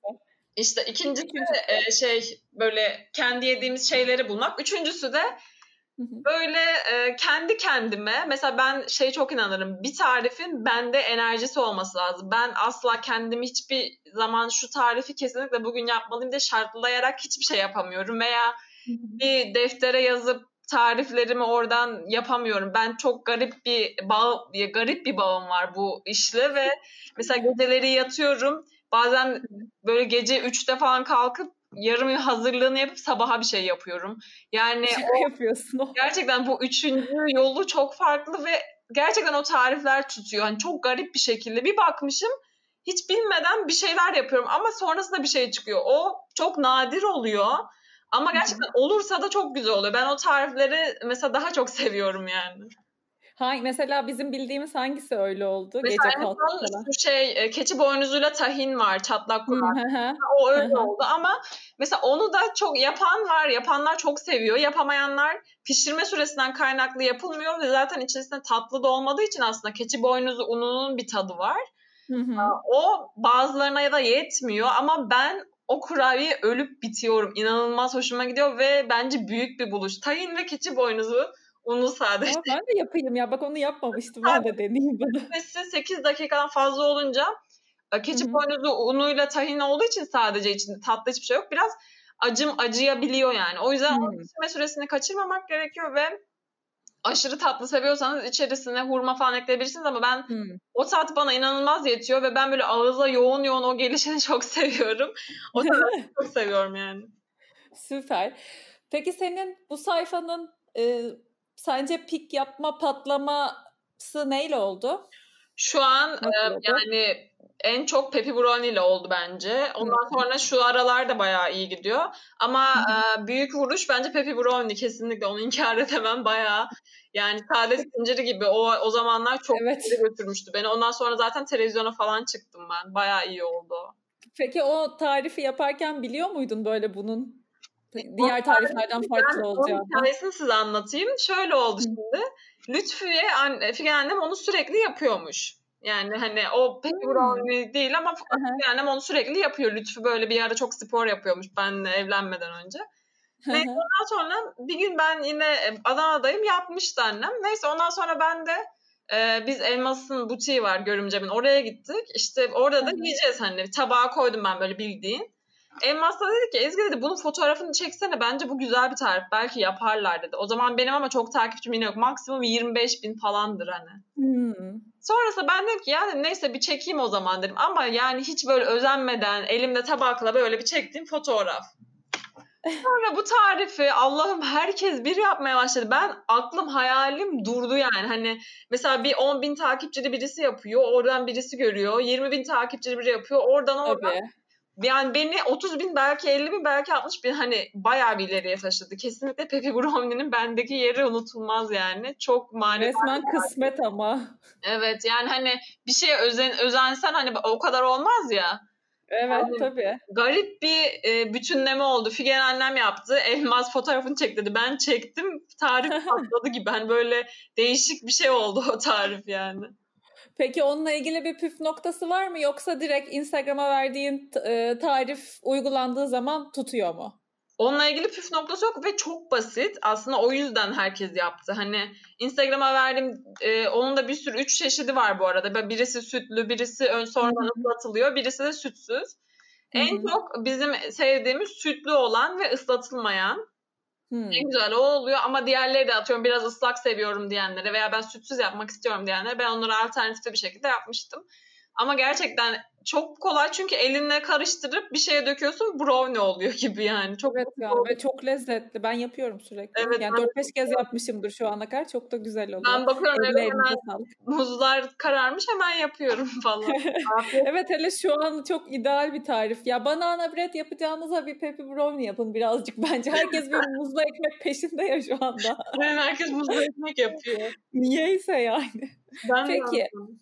Speaker 2: İşte ikincisi
Speaker 1: Üçüncüsü.
Speaker 2: e, şey böyle kendi yediğimiz şeyleri bulmak. Üçüncüsü de
Speaker 1: Hı hı.
Speaker 2: böyle e, kendi kendime mesela ben şey çok inanırım. Bir tarifin bende enerjisi olması lazım. Ben asla kendimi hiçbir zaman şu tarifi kesinlikle bugün yapmalıyım diye şartlayarak hiçbir şey yapamıyorum. Veya
Speaker 1: Hı hı.
Speaker 2: bir deftere yazıp tariflerimi oradan yapamıyorum. Ben çok garip bir bağ, garip bir bağım var bu işle ve mesela geceleri yatıyorum. Bazen böyle gece üçte falan kalkıp yarım hazırlığını yapıp sabaha bir şey yapıyorum. Yani
Speaker 1: Şaka yapıyorsun o.
Speaker 2: gerçekten bu üçüncü yolu çok farklı ve gerçekten o tarifler tutuyor. Hani çok garip bir şekilde bir bakmışım hiç bilmeden bir şeyler yapıyorum ama sonrasında bir şey çıkıyor. O çok nadir oluyor ama gerçekten olursa da çok güzel oluyor. Ben o tarifleri mesela daha çok seviyorum yani.
Speaker 1: Hangi, mesela bizim bildiğimiz hangisi öyle oldu?
Speaker 2: Mesela
Speaker 1: Gece
Speaker 2: en
Speaker 1: kalkıp
Speaker 2: son
Speaker 1: falan.
Speaker 2: şu şey keçi boynuzuyla tahin var çatlak
Speaker 1: Hı
Speaker 2: kulak.
Speaker 1: hı hı.
Speaker 2: O
Speaker 1: Hı
Speaker 2: öyle
Speaker 1: hı.
Speaker 2: oldu ama mesela onu da çok yapan var. Yapanlar çok seviyor. Yapamayanlar pişirme süresinden kaynaklı yapılmıyor ve zaten içerisinde tatlı da olmadığı için aslında keçi boynuzu ununun bir tadı var.
Speaker 1: Hı hı.
Speaker 2: O bazılarına ya da yetmiyor ama ben o kurabiye ölüp bitiyorum. İnanılmaz hoşuma gidiyor ve bence büyük bir buluş. Tahin ve keçi boynuzu unu sadece.
Speaker 1: Aa, ben de yapayım ya. Bak onu yapmamıştım. Ben de deneyeyim bunu.
Speaker 2: Sadece sekiz dakikadan fazla olunca
Speaker 1: Hı
Speaker 2: keçi
Speaker 1: hı.
Speaker 2: boynuzu unuyla tahin olduğu için sadece içinde tatlı hiçbir şey yok. Biraz acım acıyabiliyor yani. O yüzden o
Speaker 1: Hı.
Speaker 2: pişirme süresini kaçırmamak gerekiyor ve aşırı tatlı seviyorsanız içerisine hurma falan ekleyebilirsiniz ama ben
Speaker 1: Hı.
Speaker 2: o tat bana inanılmaz yetiyor ve ben böyle ağıza yoğun yoğun o gelişini çok seviyorum. O tarafı çok seviyorum yani.
Speaker 1: Süper. Peki senin bu sayfanın e, sence pik yapma patlaması neyle oldu?
Speaker 2: Şu an e,
Speaker 1: Nasıl oldu?
Speaker 2: yani en çok Pepi Brownie ile oldu bence.
Speaker 1: Hı.
Speaker 2: Ondan sonra şu aralar da bayağı iyi gidiyor. Ama
Speaker 1: Hı hı.
Speaker 2: e, büyük vuruş bence Pepi Brownie kesinlikle onu inkar edemem bayağı. Yani sade zinciri gibi o o zamanlar çok ileri
Speaker 1: Evet.
Speaker 2: götürmüştü beni. Ondan sonra zaten televizyona falan çıktım ben. Bayağı iyi oldu.
Speaker 1: Peki o tarifi yaparken biliyor muydun böyle bunun
Speaker 2: Onun
Speaker 1: diğer tariflerden
Speaker 2: Ben
Speaker 1: farklı
Speaker 2: onun
Speaker 1: olacağını?
Speaker 2: hikayesini size anlatayım. Şöyle oldu
Speaker 1: Hı.
Speaker 2: şimdi. Lütfüye, anne, Figen annem onu sürekli yapıyormuş. Yani hani o pek
Speaker 1: Hmm.
Speaker 2: brownie değil ama
Speaker 1: Aha.
Speaker 2: Figen annem onu sürekli yapıyor. Lütfü böyle bir ara çok spor yapıyormuş benimle evlenmeden önce. Neyse
Speaker 1: Aha.
Speaker 2: ondan sonra bir gün ben yine Adana'dayım yapmıştı annem. Neyse ondan sonra ben de e, biz Elmas'ın butiği var Görümcem'in oraya gittik. İşte orada da
Speaker 1: Aha.
Speaker 2: yiyeceğiz hani tabağa koydum ben böyle bildiğin. Elmas da dedi ki Ezgi dedi bunun fotoğrafını çeksene bence bu güzel bir tarif belki yaparlar dedi. O zaman benim ama çok takipçim yine yok maksimum yirmi beş bin falandır hani.
Speaker 1: Hmm.
Speaker 2: Sonrasında ben dedim ki ya dedim, neyse bir çekeyim o zaman dedim ama yani hiç böyle özenmeden elimde tabakla böyle bir çektiğim fotoğraf. Sonra bu tarifi Allah'ım herkes bir yapmaya başladı. Ben aklım hayalim durdu yani. Hani mesela bir on bin takipçili birisi yapıyor. Oradan birisi görüyor. yirmi bin takipçili biri yapıyor. Oradan oradan.
Speaker 1: Tabii.
Speaker 2: Yani beni otuz bin belki elli bin belki altmış bin hani bayağı bir ileriye taşıdı. Kesinlikle Pepe Brownie'nin bendeki yeri unutulmaz yani. Çok manidar.
Speaker 1: Resmen kısmet ama.
Speaker 2: Evet yani hani bir şeye özen, özensen hani o kadar olmaz ya.
Speaker 1: Evet
Speaker 2: Yani
Speaker 1: tabii.
Speaker 2: garip bir e, bütünleme oldu. Figen annem yaptı. Elmas fotoğrafını çek dedi. Ben çektim. Tarif patladı gibi. Hani böyle değişik bir şey oldu o tarif yani.
Speaker 1: Peki onunla ilgili bir püf noktası var mı yoksa direkt Instagram'a verdiğin e, tarif uygulandığı zaman tutuyor mu?
Speaker 2: Onunla ilgili püf noktası yok ve çok basit. Aslında o yüzden herkes yaptı. Hani Instagram'a verdim. E, onun da bir sürü üç çeşidi var bu arada. Birisi sütlü, birisi ön
Speaker 1: Hı
Speaker 2: sonradan
Speaker 1: hı.
Speaker 2: ıslatılıyor, birisi de sütsüz.
Speaker 1: Hı
Speaker 2: En
Speaker 1: hı.
Speaker 2: çok bizim sevdiğimiz sütlü olan ve ıslatılmayan.
Speaker 1: Hmm.
Speaker 2: En güzel o oluyor ama diğerleri de atıyorum biraz ıslak seviyorum diyenlere veya ben sütsüz yapmak istiyorum diyenlere ben onları alternatif bir şekilde yapmıştım. Ama gerçekten çok kolay çünkü elinle karıştırıp bir şeye döküyorsun brownie oluyor gibi yani. Çok
Speaker 1: Evet
Speaker 2: basit
Speaker 1: ya
Speaker 2: oluyor.
Speaker 1: ve çok lezzetli. Ben yapıyorum sürekli.
Speaker 2: Evet
Speaker 1: Yani
Speaker 2: ben de
Speaker 1: dört beş
Speaker 2: çok
Speaker 1: kez
Speaker 2: seviyorum.
Speaker 1: yapmışımdır şu ana kadar. Çok da güzel oluyor.
Speaker 2: Ben bakıyorum
Speaker 1: Eline
Speaker 2: eve
Speaker 1: elinize
Speaker 2: hemen
Speaker 1: sağlık.
Speaker 2: muzlar kararmış hemen yapıyorum falan. Afiyet.
Speaker 1: Evet hele şu an çok ideal bir tarif. Ya banana bread yapacağınıza bir pepi brownie yapın birazcık bence. Herkes bir muzlu ekmek peşinde ya şu anda.
Speaker 2: Yani herkes muzlu ekmek yapıyor.
Speaker 1: Niyeyse yani.
Speaker 2: Ben de
Speaker 1: Peki
Speaker 2: yaptım.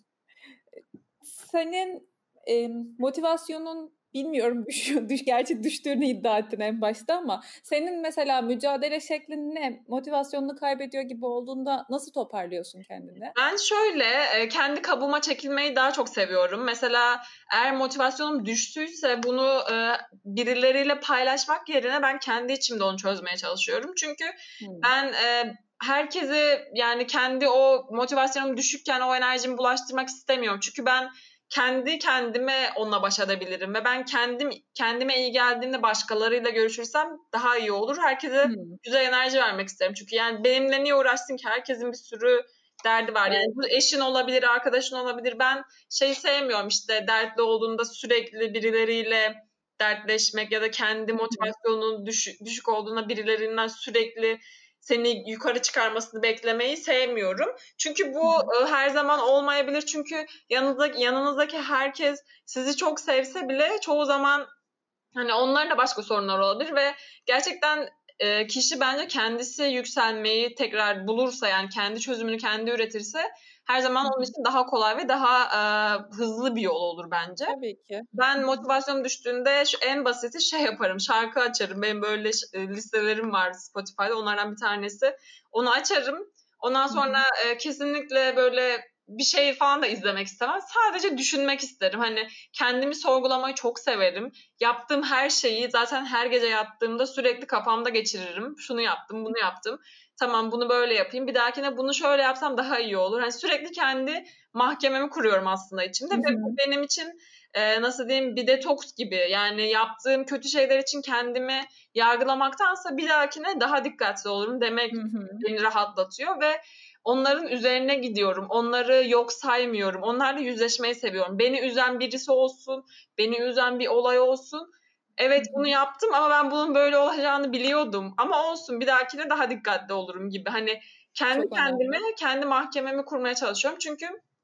Speaker 1: senin e, motivasyonun bilmiyorum düşüyor, düş, gerçi düştüğünü iddia ettin en başta ama senin mesela mücadele şeklin ne? Motivasyonunu kaybediyor gibi olduğunda nasıl toparlıyorsun kendini?
Speaker 2: Ben şöyle e, kendi kabuğuma çekilmeyi daha çok seviyorum. Mesela eğer motivasyonum düştüyse bunu e, birileriyle paylaşmak yerine ben kendi içimde onu çözmeye çalışıyorum. Çünkü
Speaker 1: Hmm.
Speaker 2: ben e, herkese yani kendi o motivasyonum düşükken o enerjimi bulaştırmak istemiyorum. Çünkü ben kendi kendime onunla baş edebilirim ve ben kendim kendime iyi geldiğinde başkalarıyla görüşürsem daha iyi olur. Herkese
Speaker 1: Hmm.
Speaker 2: güzel enerji vermek isterim. Çünkü yani benimle niye uğraşsın ki? Herkesin bir sürü derdi var.
Speaker 1: Evet.
Speaker 2: Yani bu eşin olabilir, arkadaşın olabilir. Ben şey sevmiyorum işte dertli olduğunda sürekli birileriyle dertleşmek ya da kendi motivasyonunun düşük, düşük olduğunda birilerinden sürekli seni yukarı çıkarmasını beklemeyi sevmiyorum. Çünkü bu e, her zaman olmayabilir. Çünkü yanınızdaki, yanınızdaki herkes sizi çok sevse bile çoğu zaman hani onların da başka sorunlar olabilir ve gerçekten e, kişi bence kendisi yükselmeyi tekrar bulursa yani kendi çözümünü kendi üretirse her zaman onun için daha kolay ve daha e, hızlı bir yol olur bence.
Speaker 1: Tabii ki.
Speaker 2: Ben motivasyonum düştüğünde şu en basiti şey yaparım. Şarkı açarım. Benim böyle e, listelerim var Spotify'da. Onlardan bir tanesi. Onu açarım. Ondan sonra e, kesinlikle böyle bir şey falan da izlemek istemem. Sadece düşünmek isterim. Hani kendimi sorgulamayı çok severim. Yaptığım her şeyi zaten her gece yattığımda sürekli kafamda geçiririm. Şunu yaptım, bunu yaptım. Tamam bunu böyle yapayım. Bir dahakine bunu şöyle yapsam daha iyi olur. Hani sürekli kendi mahkememi kuruyorum aslında içimde ve bu benim için e, nasıl diyeyim bir detoks gibi. Yani yaptığım kötü şeyler için kendimi yargılamaktansa bir dahakine daha dikkatli olurum demek beni rahatlatıyor ve onların üzerine gidiyorum. Onları yok saymıyorum. Onlarla yüzleşmeyi seviyorum. Beni üzen birisi olsun, beni üzen bir olay olsun. Evet bunu yaptım ama ben bunun böyle olacağını biliyordum. Ama olsun bir dahakine daha dikkatli olurum gibi. Hani kendi
Speaker 1: Çok
Speaker 2: kendime,
Speaker 1: önemli.
Speaker 2: kendi mahkememi kurmaya çalışıyorum. Çünkü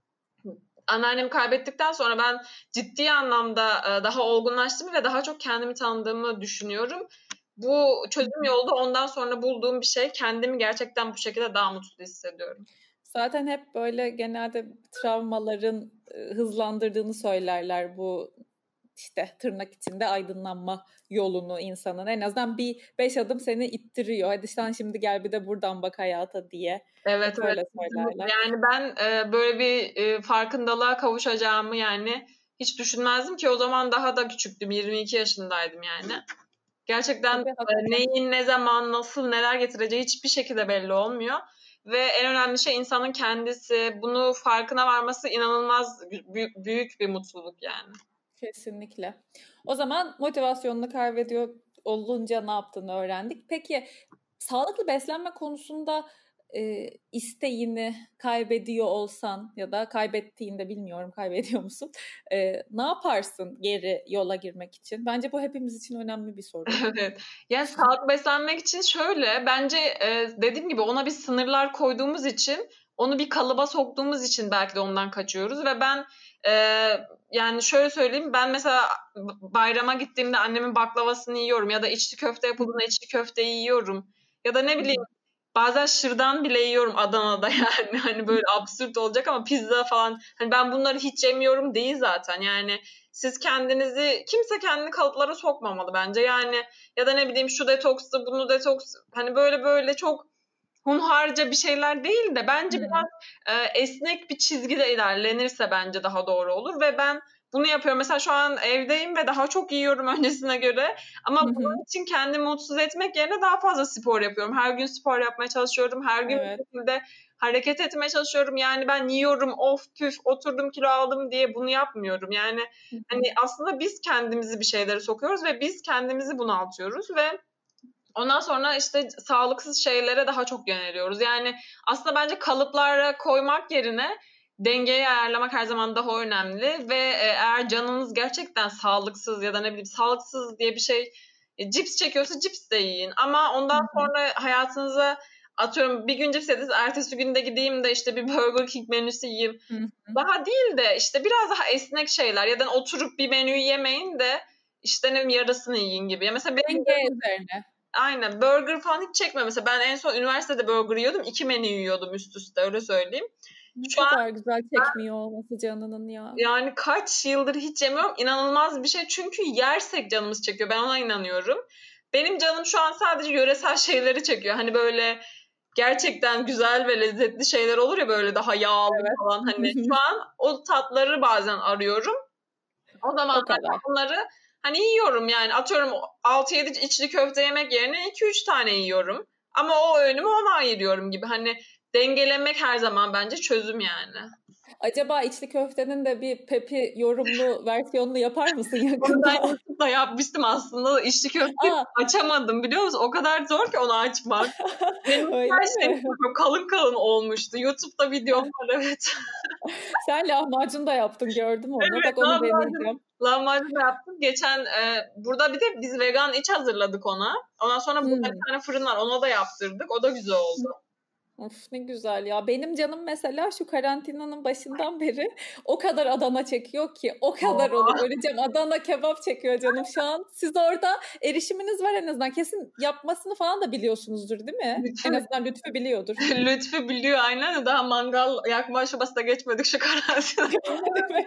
Speaker 2: anneannemi kaybettikten sonra ben ciddi anlamda e, daha olgunlaştım ve daha çok kendimi tanıdığımı düşünüyorum. Bu çözüm yolu da ondan sonra bulduğum bir şey. Kendimi gerçekten bu şekilde daha mutlu hissediyorum.
Speaker 1: Zaten hep böyle genelde travmaların e, hızlandırdığını söylerler bu işte tırnak içinde aydınlanma yolunu insanın. En azından bir beş adım seni ittiriyor. Hadi sen şimdi gel bir de buradan bak hayata diye.
Speaker 2: Evet
Speaker 1: Hep
Speaker 2: evet.
Speaker 1: öyle söylerler.
Speaker 2: Yani ben e, böyle bir e, farkındalığa kavuşacağımı yani hiç düşünmezdim ki o zaman daha da küçüktüm. yirmi iki yaşındaydım yani. Gerçekten
Speaker 1: Tabii
Speaker 2: e,
Speaker 1: hakikaten.
Speaker 2: neyin ne zaman nasıl neler getireceği hiçbir şekilde belli olmuyor. Ve en önemli şey insanın kendisi bunu farkına varması inanılmaz büyük, büyük bir mutluluk yani.
Speaker 1: Kesinlikle. O zaman motivasyonunu kaybediyor olunca ne yaptığını öğrendik. Peki sağlıklı beslenme konusunda e, isteğini kaybediyor olsan ya da kaybettiğinde bilmiyorum kaybediyor musun? E, ne yaparsın geri yola girmek için? Bence bu hepimiz için önemli bir soru.
Speaker 2: Evet. Yani sağlıklı beslenmek için şöyle bence e, dediğim gibi ona bir sınırlar koyduğumuz için onu bir kalıba soktuğumuz için belki de ondan kaçıyoruz ve ben e, yani şöyle söyleyeyim ben mesela bayrama gittiğimde annemin baklavasını yiyorum ya da içli köfte yapıldığında içli köfteyi yiyorum ya da ne bileyim bazen şırdan bile yiyorum Adana'da yani hani böyle absürt olacak ama pizza falan hani ben bunları hiç yemiyorum değil zaten yani siz kendinizi kimse kendini kalıplara sokmamalı bence yani ya da ne bileyim şu detokstu bunu detoks hani böyle böyle çok hunharca bir şeyler değil de bence biraz e, esnek bir çizgide ilerlenirse bence daha doğru olur ve ben bunu yapıyorum. Mesela şu an evdeyim ve daha çok yiyorum öncesine göre. Ama bunun için kendimi mutsuz etmek yerine daha fazla spor yapıyorum. Her gün spor yapmaya çalışıyorum. Her gün bir
Speaker 1: Evet.
Speaker 2: şekilde hareket etmeye çalışıyorum. Yani ben yiyorum, of püf, oturdum kilo aldım diye bunu yapmıyorum. Yani hani aslında biz kendimizi bir şeylere sokuyoruz ve biz kendimizi bunaltıyoruz ve ondan sonra işte sağlıksız şeylere daha çok yöneliyoruz. Yani aslında bence kalıplara koymak yerine dengeyi ayarlamak her zaman daha önemli ve eğer canınız gerçekten sağlıksız ya da ne bileyim sağlıksız diye bir şey e, cips çekiyorsa cips de yiyin. Ama ondan sonra hayatınıza atıyorum bir gün cips yediniz, ertesi gün de gideyim de işte bir Burger King menüsü yiyeyim. Daha değil de işte biraz daha esnek şeyler ya da oturup bir menüyü yemeyin de işte ne bileyim yarısını yiyin gibi. Ya mesela benim
Speaker 1: Denge üzerine.
Speaker 2: aynen burger falan hiç çekmiyor. Mesela ben en son üniversitede burger yiyordum. iki menü yiyordum üst üste öyle söyleyeyim.
Speaker 1: Ne
Speaker 2: Şu an
Speaker 1: kadar güzel çekmiyor olması canının ya.
Speaker 2: yani kaç yıldır hiç yemiyorum. İnanılmaz bir şey. Çünkü yersek canımız çekiyor. Ben ona inanıyorum. Benim canım şu an sadece yöresel şeyleri çekiyor. Hani böyle gerçekten güzel ve lezzetli şeyler olur ya böyle daha yağlı
Speaker 1: Evet.
Speaker 2: falan. Hani şu an o tatları bazen arıyorum. O zaman
Speaker 1: O kadar.
Speaker 2: bunları hani yiyorum yani atıyorum altı yedi içli köfte yemek yerine iki üç tane yiyorum. Ama o öğünümü ona ayırıyorum gibi. Hani dengelemek her zaman bence çözüm yani.
Speaker 1: Acaba içli köftenin de bir Pepi yorumlu versiyonunu yapar mısın
Speaker 2: Onu ben
Speaker 1: yakında?
Speaker 2: YouTube'da yapmıştım aslında. İçli köfteyi
Speaker 1: Aa,
Speaker 2: açamadım biliyor musun? O kadar zor ki onu açmak. Benim
Speaker 1: öyle
Speaker 2: her şey
Speaker 1: mi?
Speaker 2: çok kalın kalın olmuştu. YouTube'da videom var evet.
Speaker 1: Sen lahmacun da yaptın gördüm onu.
Speaker 2: Evet
Speaker 1: Bak onu
Speaker 2: lahmacun,
Speaker 1: deneyeceğim.
Speaker 2: lahmacun da yaptım. Geçen e, burada bir de biz vegan iç hazırladık ona. Ondan sonra burada bir
Speaker 1: Hmm.
Speaker 2: tane fırın var. Ona da yaptırdık. O da güzel oldu.
Speaker 1: Of ne güzel ya. Benim canım mesela şu karantinanın başından beri o kadar Adana çekiyor ki. O kadar olur.
Speaker 2: Aa,
Speaker 1: Öleceğim. Adana kebap çekiyor canım şu an. Siz orada erişiminiz var en azından. Kesin yapmasını falan da biliyorsunuzdur değil mi? En
Speaker 2: Lütfü,
Speaker 1: azından Lütfü biliyordur.
Speaker 2: Lütfü biliyor aynen de daha mangal yakma aşamasına geçmedik şu karantina.
Speaker 1: Değil mi?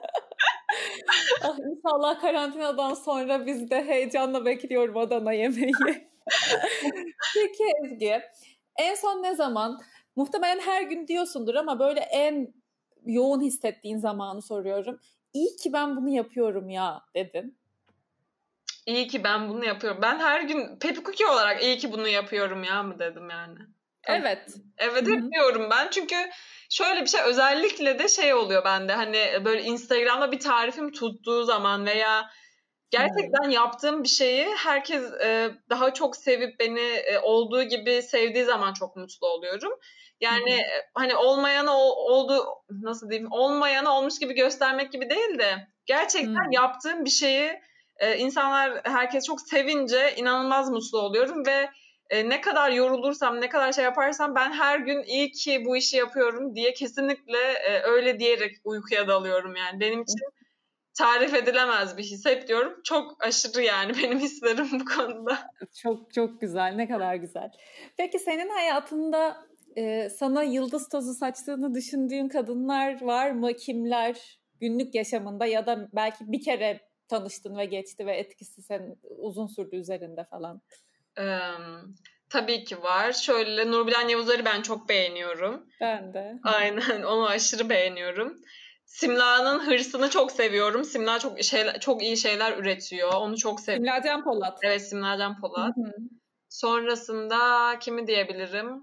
Speaker 1: Ah, inşallah karantinadan sonra biz de heyecanla bekliyorum Adana yemeği. Peki Ezgi, en son ne zaman? Muhtemelen her gün diyorsundur ama böyle en yoğun hissettiğin zamanı soruyorum. İyi ki ben bunu yapıyorum ya dedin.
Speaker 2: İyi ki ben bunu yapıyorum. Ben her gün Pepi Cookie olarak iyi ki bunu yapıyorum ya mı dedim yani. Tabii.
Speaker 1: Evet.
Speaker 2: Evet
Speaker 1: Hı
Speaker 2: hep
Speaker 1: hı.
Speaker 2: diyorum ben çünkü şöyle bir şey özellikle de şey oluyor bende hani böyle Instagram'da bir tarifim tuttuğu zaman veya
Speaker 1: Hı.
Speaker 2: gerçekten yaptığım bir şeyi herkes e, daha çok sevip beni e, olduğu gibi sevdiği zaman çok mutlu oluyorum.
Speaker 1: Hı
Speaker 2: Yani
Speaker 1: hı.
Speaker 2: e, hani olmayanı ol, oldu nasıl diyeyim olmayanı olmuş gibi göstermek gibi değil de
Speaker 1: Hı.
Speaker 2: gerçekten yaptığım bir şeyi e, insanlar herkes çok sevince inanılmaz mutlu oluyorum ve e, ne kadar yorulursam ne kadar şey yaparsam ben her gün iyi ki bu işi yapıyorum diye kesinlikle e, öyle diyerek uykuya dalıyorum yani benim için tarif edilemez bir his. Hep diyorum çok aşırı yani benim hislerim bu konuda.
Speaker 1: Çok çok güzel, ne kadar güzel. Peki senin hayatında e, sana yıldız tozu saçtığını düşündüğün kadınlar var mı? Kimler? Günlük yaşamında ya da belki bir kere tanıştın ve geçti ve etkisi senin uzun sürdü üzerinde falan.
Speaker 2: Ee, tabii ki var. Şöyle Nurbilen Yavuzlar'ı ben çok beğeniyorum.
Speaker 1: Ben de.
Speaker 2: Aynen onu aşırı beğeniyorum. Simla'nın hırsını çok seviyorum. Simla çok şeyler, çok iyi şeyler üretiyor. Onu çok seviyorum.
Speaker 1: Simla Can Polat.
Speaker 2: Evet Simla Can
Speaker 1: Hı
Speaker 2: Polat.
Speaker 1: hı.
Speaker 2: Sonrasında kimi diyebilirim?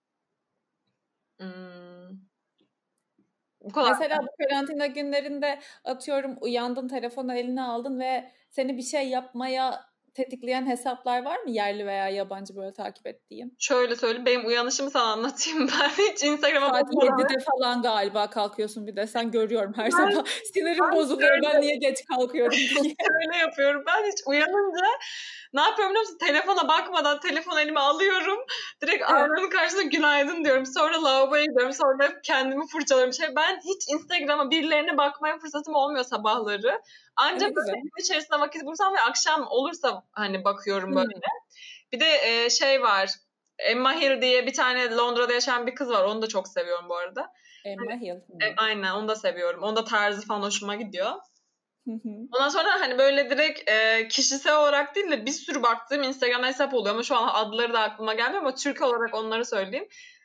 Speaker 2: Hmm, bu kadar.
Speaker 1: Mesela bu karantina günlerinde atıyorum uyandın telefonu eline aldın ve seni bir şey yapmaya tetikleyen hesaplar var mı yerli veya yabancı böyle takip ettiğin?
Speaker 2: Şöyle söyleyeyim. Benim uyanışımı sana anlatayım. Ben hiç Instagram'a
Speaker 1: Saat
Speaker 2: bakmadan
Speaker 1: yedide falan galiba kalkıyorsun bir de. Sen görüyorum her
Speaker 2: ben,
Speaker 1: sabah. Sinirim
Speaker 2: ben
Speaker 1: bozuluyor ben
Speaker 2: şöyle
Speaker 1: niye geç kalkıyorum diye.
Speaker 2: Öyle yapıyorum. Ben hiç uyanınca ne yapıyorum biliyor musun? Telefona bakmadan telefon elime alıyorum. Direkt
Speaker 1: Evet.
Speaker 2: aynanın karşısında günaydın diyorum. Sonra lavaboya gidiyorum. Sonra kendimi fırçalıyorum. Şey, ben hiç Instagram'a birilerine bakmaya fırsatım olmuyor sabahları.
Speaker 1: E, ne
Speaker 2: Ancak böyle
Speaker 1: güzel.
Speaker 2: gün içerisinde vakit bulursam ve akşam olursa hani bakıyorum böyle.
Speaker 1: Hmm.
Speaker 2: Bir de e, şey var. Emma Hill diye bir tane Londra'da yaşayan bir kız var. Onu da çok seviyorum bu arada.
Speaker 1: Emma Hill.
Speaker 2: E,
Speaker 1: Hmm.
Speaker 2: aynen onu da seviyorum. Onun da tarzı falan hoşuma gidiyor.
Speaker 1: Hı hı.
Speaker 2: Ondan sonra hani böyle direkt e, kişisel olarak değil de bir sürü baktığım Instagram hesap oluyor ama şu an adları da aklıma gelmiyor ama Türk olarak onları söyleyeyim.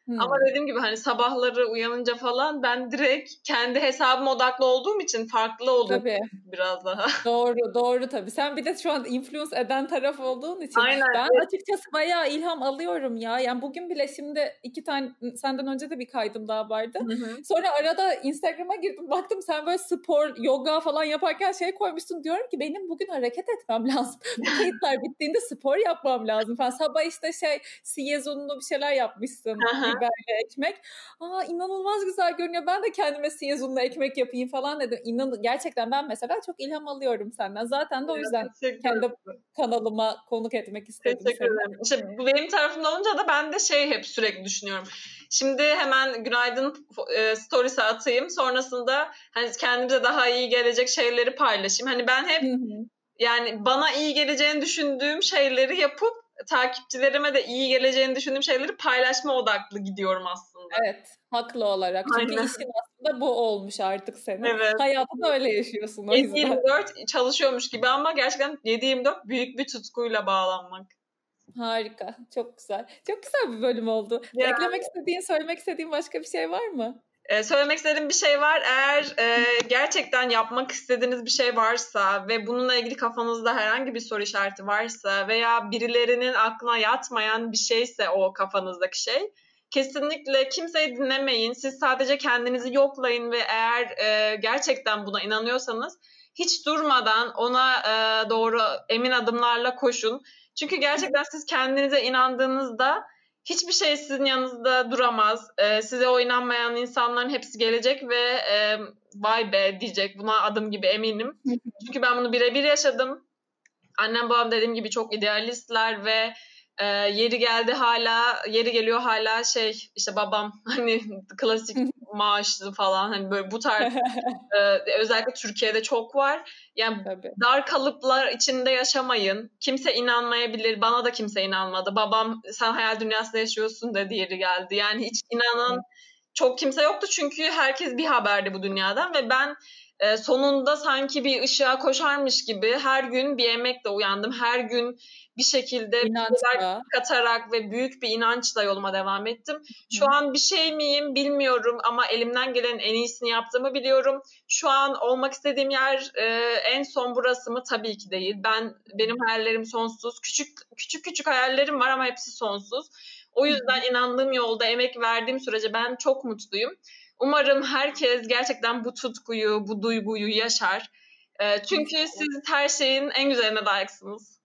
Speaker 2: Hmm. Ama dediğim gibi hani sabahları uyanınca falan ben direkt kendi hesabım odaklı olduğum için farklı oluyor
Speaker 1: tabii.
Speaker 2: biraz daha.
Speaker 1: Doğru, doğru tabii. Sen bir de şu an influence eden taraf olduğun için.
Speaker 2: Aynen.
Speaker 1: Ben
Speaker 2: Evet.
Speaker 1: açıkçası bayağı ilham alıyorum ya. Yani bugün bile şimdi iki tane, senden önce de bir kaydım daha vardı. Hı hı. Sonra arada Instagram'a girdim, baktım sen böyle spor, yoga falan yaparken şey koymuşsun. Diyorum ki benim bugün hareket etmem lazım. Bu kayıtlar bittiğinde spor yapmam lazım falan. Sabah işte şey siyez unlu bir şeyler yapmışsın. Biberli ekmek. Aa, inanılmaz güzel görünüyor. Ben de kendime siyez unlu ekmek yapayım falan dedim. İnan, gerçekten ben mesela çok ilham alıyorum senden. Zaten de o yüzden kendi kanalıma konuk etmek istedim.
Speaker 2: Teşekkür ederim. İşte bu benim tarafımda olunca da ben de şey hep sürekli düşünüyorum. Şimdi hemen günaydın e, stories'e atayım. Sonrasında hani kendimize daha iyi gelecek şeyleri paylaşayım. Hani ben hep hı hı. yani bana iyi geleceğini düşündüğüm şeyleri yapıp takipçilerime de iyi geleceğini düşündüğüm şeyleri paylaşma odaklı gidiyorum aslında.
Speaker 1: Evet, haklı olarak. Çünkü
Speaker 2: Aynen.
Speaker 1: işin aslında bu olmuş artık senin.
Speaker 2: Evet.
Speaker 1: Hayatında öyle yaşıyorsun o yüzden.
Speaker 2: yedi yirmi dört çalışıyormuş gibi ama gerçekten yedi yirmi dört büyük bir tutkuyla bağlanmak.
Speaker 1: Harika, çok güzel. Çok güzel bir bölüm oldu. Ya. Eklemek istediğin, söylemek istediğin başka bir şey var mı?
Speaker 2: Ee, söylemek istediğim bir şey var. Eğer e, gerçekten yapmak istediğiniz bir şey varsa ve bununla ilgili kafanızda herhangi bir soru işareti varsa veya birilerinin aklına yatmayan bir şeyse o kafanızdaki şey, kesinlikle kimseyi dinlemeyin. Siz sadece kendinizi yoklayın ve eğer e, gerçekten buna inanıyorsanız hiç durmadan ona e, doğru emin adımlarla koşun. Çünkü gerçekten siz kendinize inandığınızda hiçbir şey sizin yanınızda duramaz. Ee, size o inanmayan insanların hepsi gelecek ve e, vay be diyecek. Buna adım gibi eminim. Çünkü ben bunu birebir yaşadım. Annem babam dediğim gibi çok idealistler ve e, yeri geldi hala, yeri geliyor hala şey işte babam hani klasik maaşlı falan hani böyle bu tarz e, özellikle Türkiye'de çok var. Yani Tabii. dar kalıplar içinde yaşamayın. Kimse inanmayabilir. Bana da kimse inanmadı. Babam sen hayal dünyasında yaşıyorsun dedi yeri geldi. Yani hiç inanan çok kimse yoktu çünkü herkes bir haberdi bu dünyadan ve ben e, sonunda sanki bir ışığa koşarmış gibi her gün bir emekle uyandım. Her gün bir şekilde
Speaker 1: İnançla.
Speaker 2: katarak ve büyük bir inançla yoluma devam ettim. Şu Hı. an bir şey miyim bilmiyorum ama elimden gelen en iyisini yaptığımı biliyorum. Şu an olmak istediğim yer e, en son burası mı? Tabii ki değil. Ben benim hayallerim sonsuz. Küçük küçük küçük hayallerim var ama hepsi sonsuz. O yüzden Hı. inandığım yolda emek verdiğim sürece ben çok mutluyum. Umarım herkes gerçekten bu tutkuyu, bu duyguyu yaşar. E, çünkü siz her şeyin en güzeline layıksınız.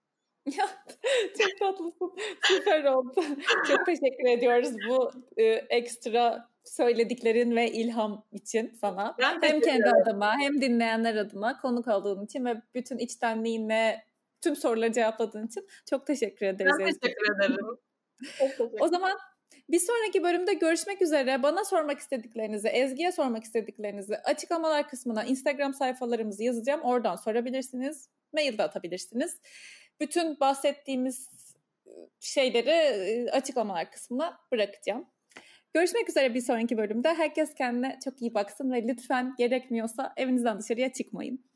Speaker 1: Çok tatlısın. Süper oldu. Çok teşekkür ediyoruz bu e, ekstra söylediklerin ve ilham için sana. Ben hem kendi adıma hem dinleyenler adına konuk olduğun için ve bütün içtenliğinle tüm soruları cevapladığın için çok teşekkür ederiz.
Speaker 2: Ben teşekkür ederim.
Speaker 1: O zaman bir sonraki bölümde görüşmek üzere. Bana sormak istediklerinizi, Ezgi'ye sormak istediklerinizi açıklamalar kısmına Instagram sayfalarımızı yazacağım. Oradan sorabilirsiniz. Mail de atabilirsiniz. Bütün bahsettiğimiz şeyleri açıklamalar kısmına bırakacağım. Görüşmek üzere bir sonraki bölümde. Herkes kendine çok iyi baksın ve lütfen gerekmiyorsa evinizden dışarıya çıkmayın.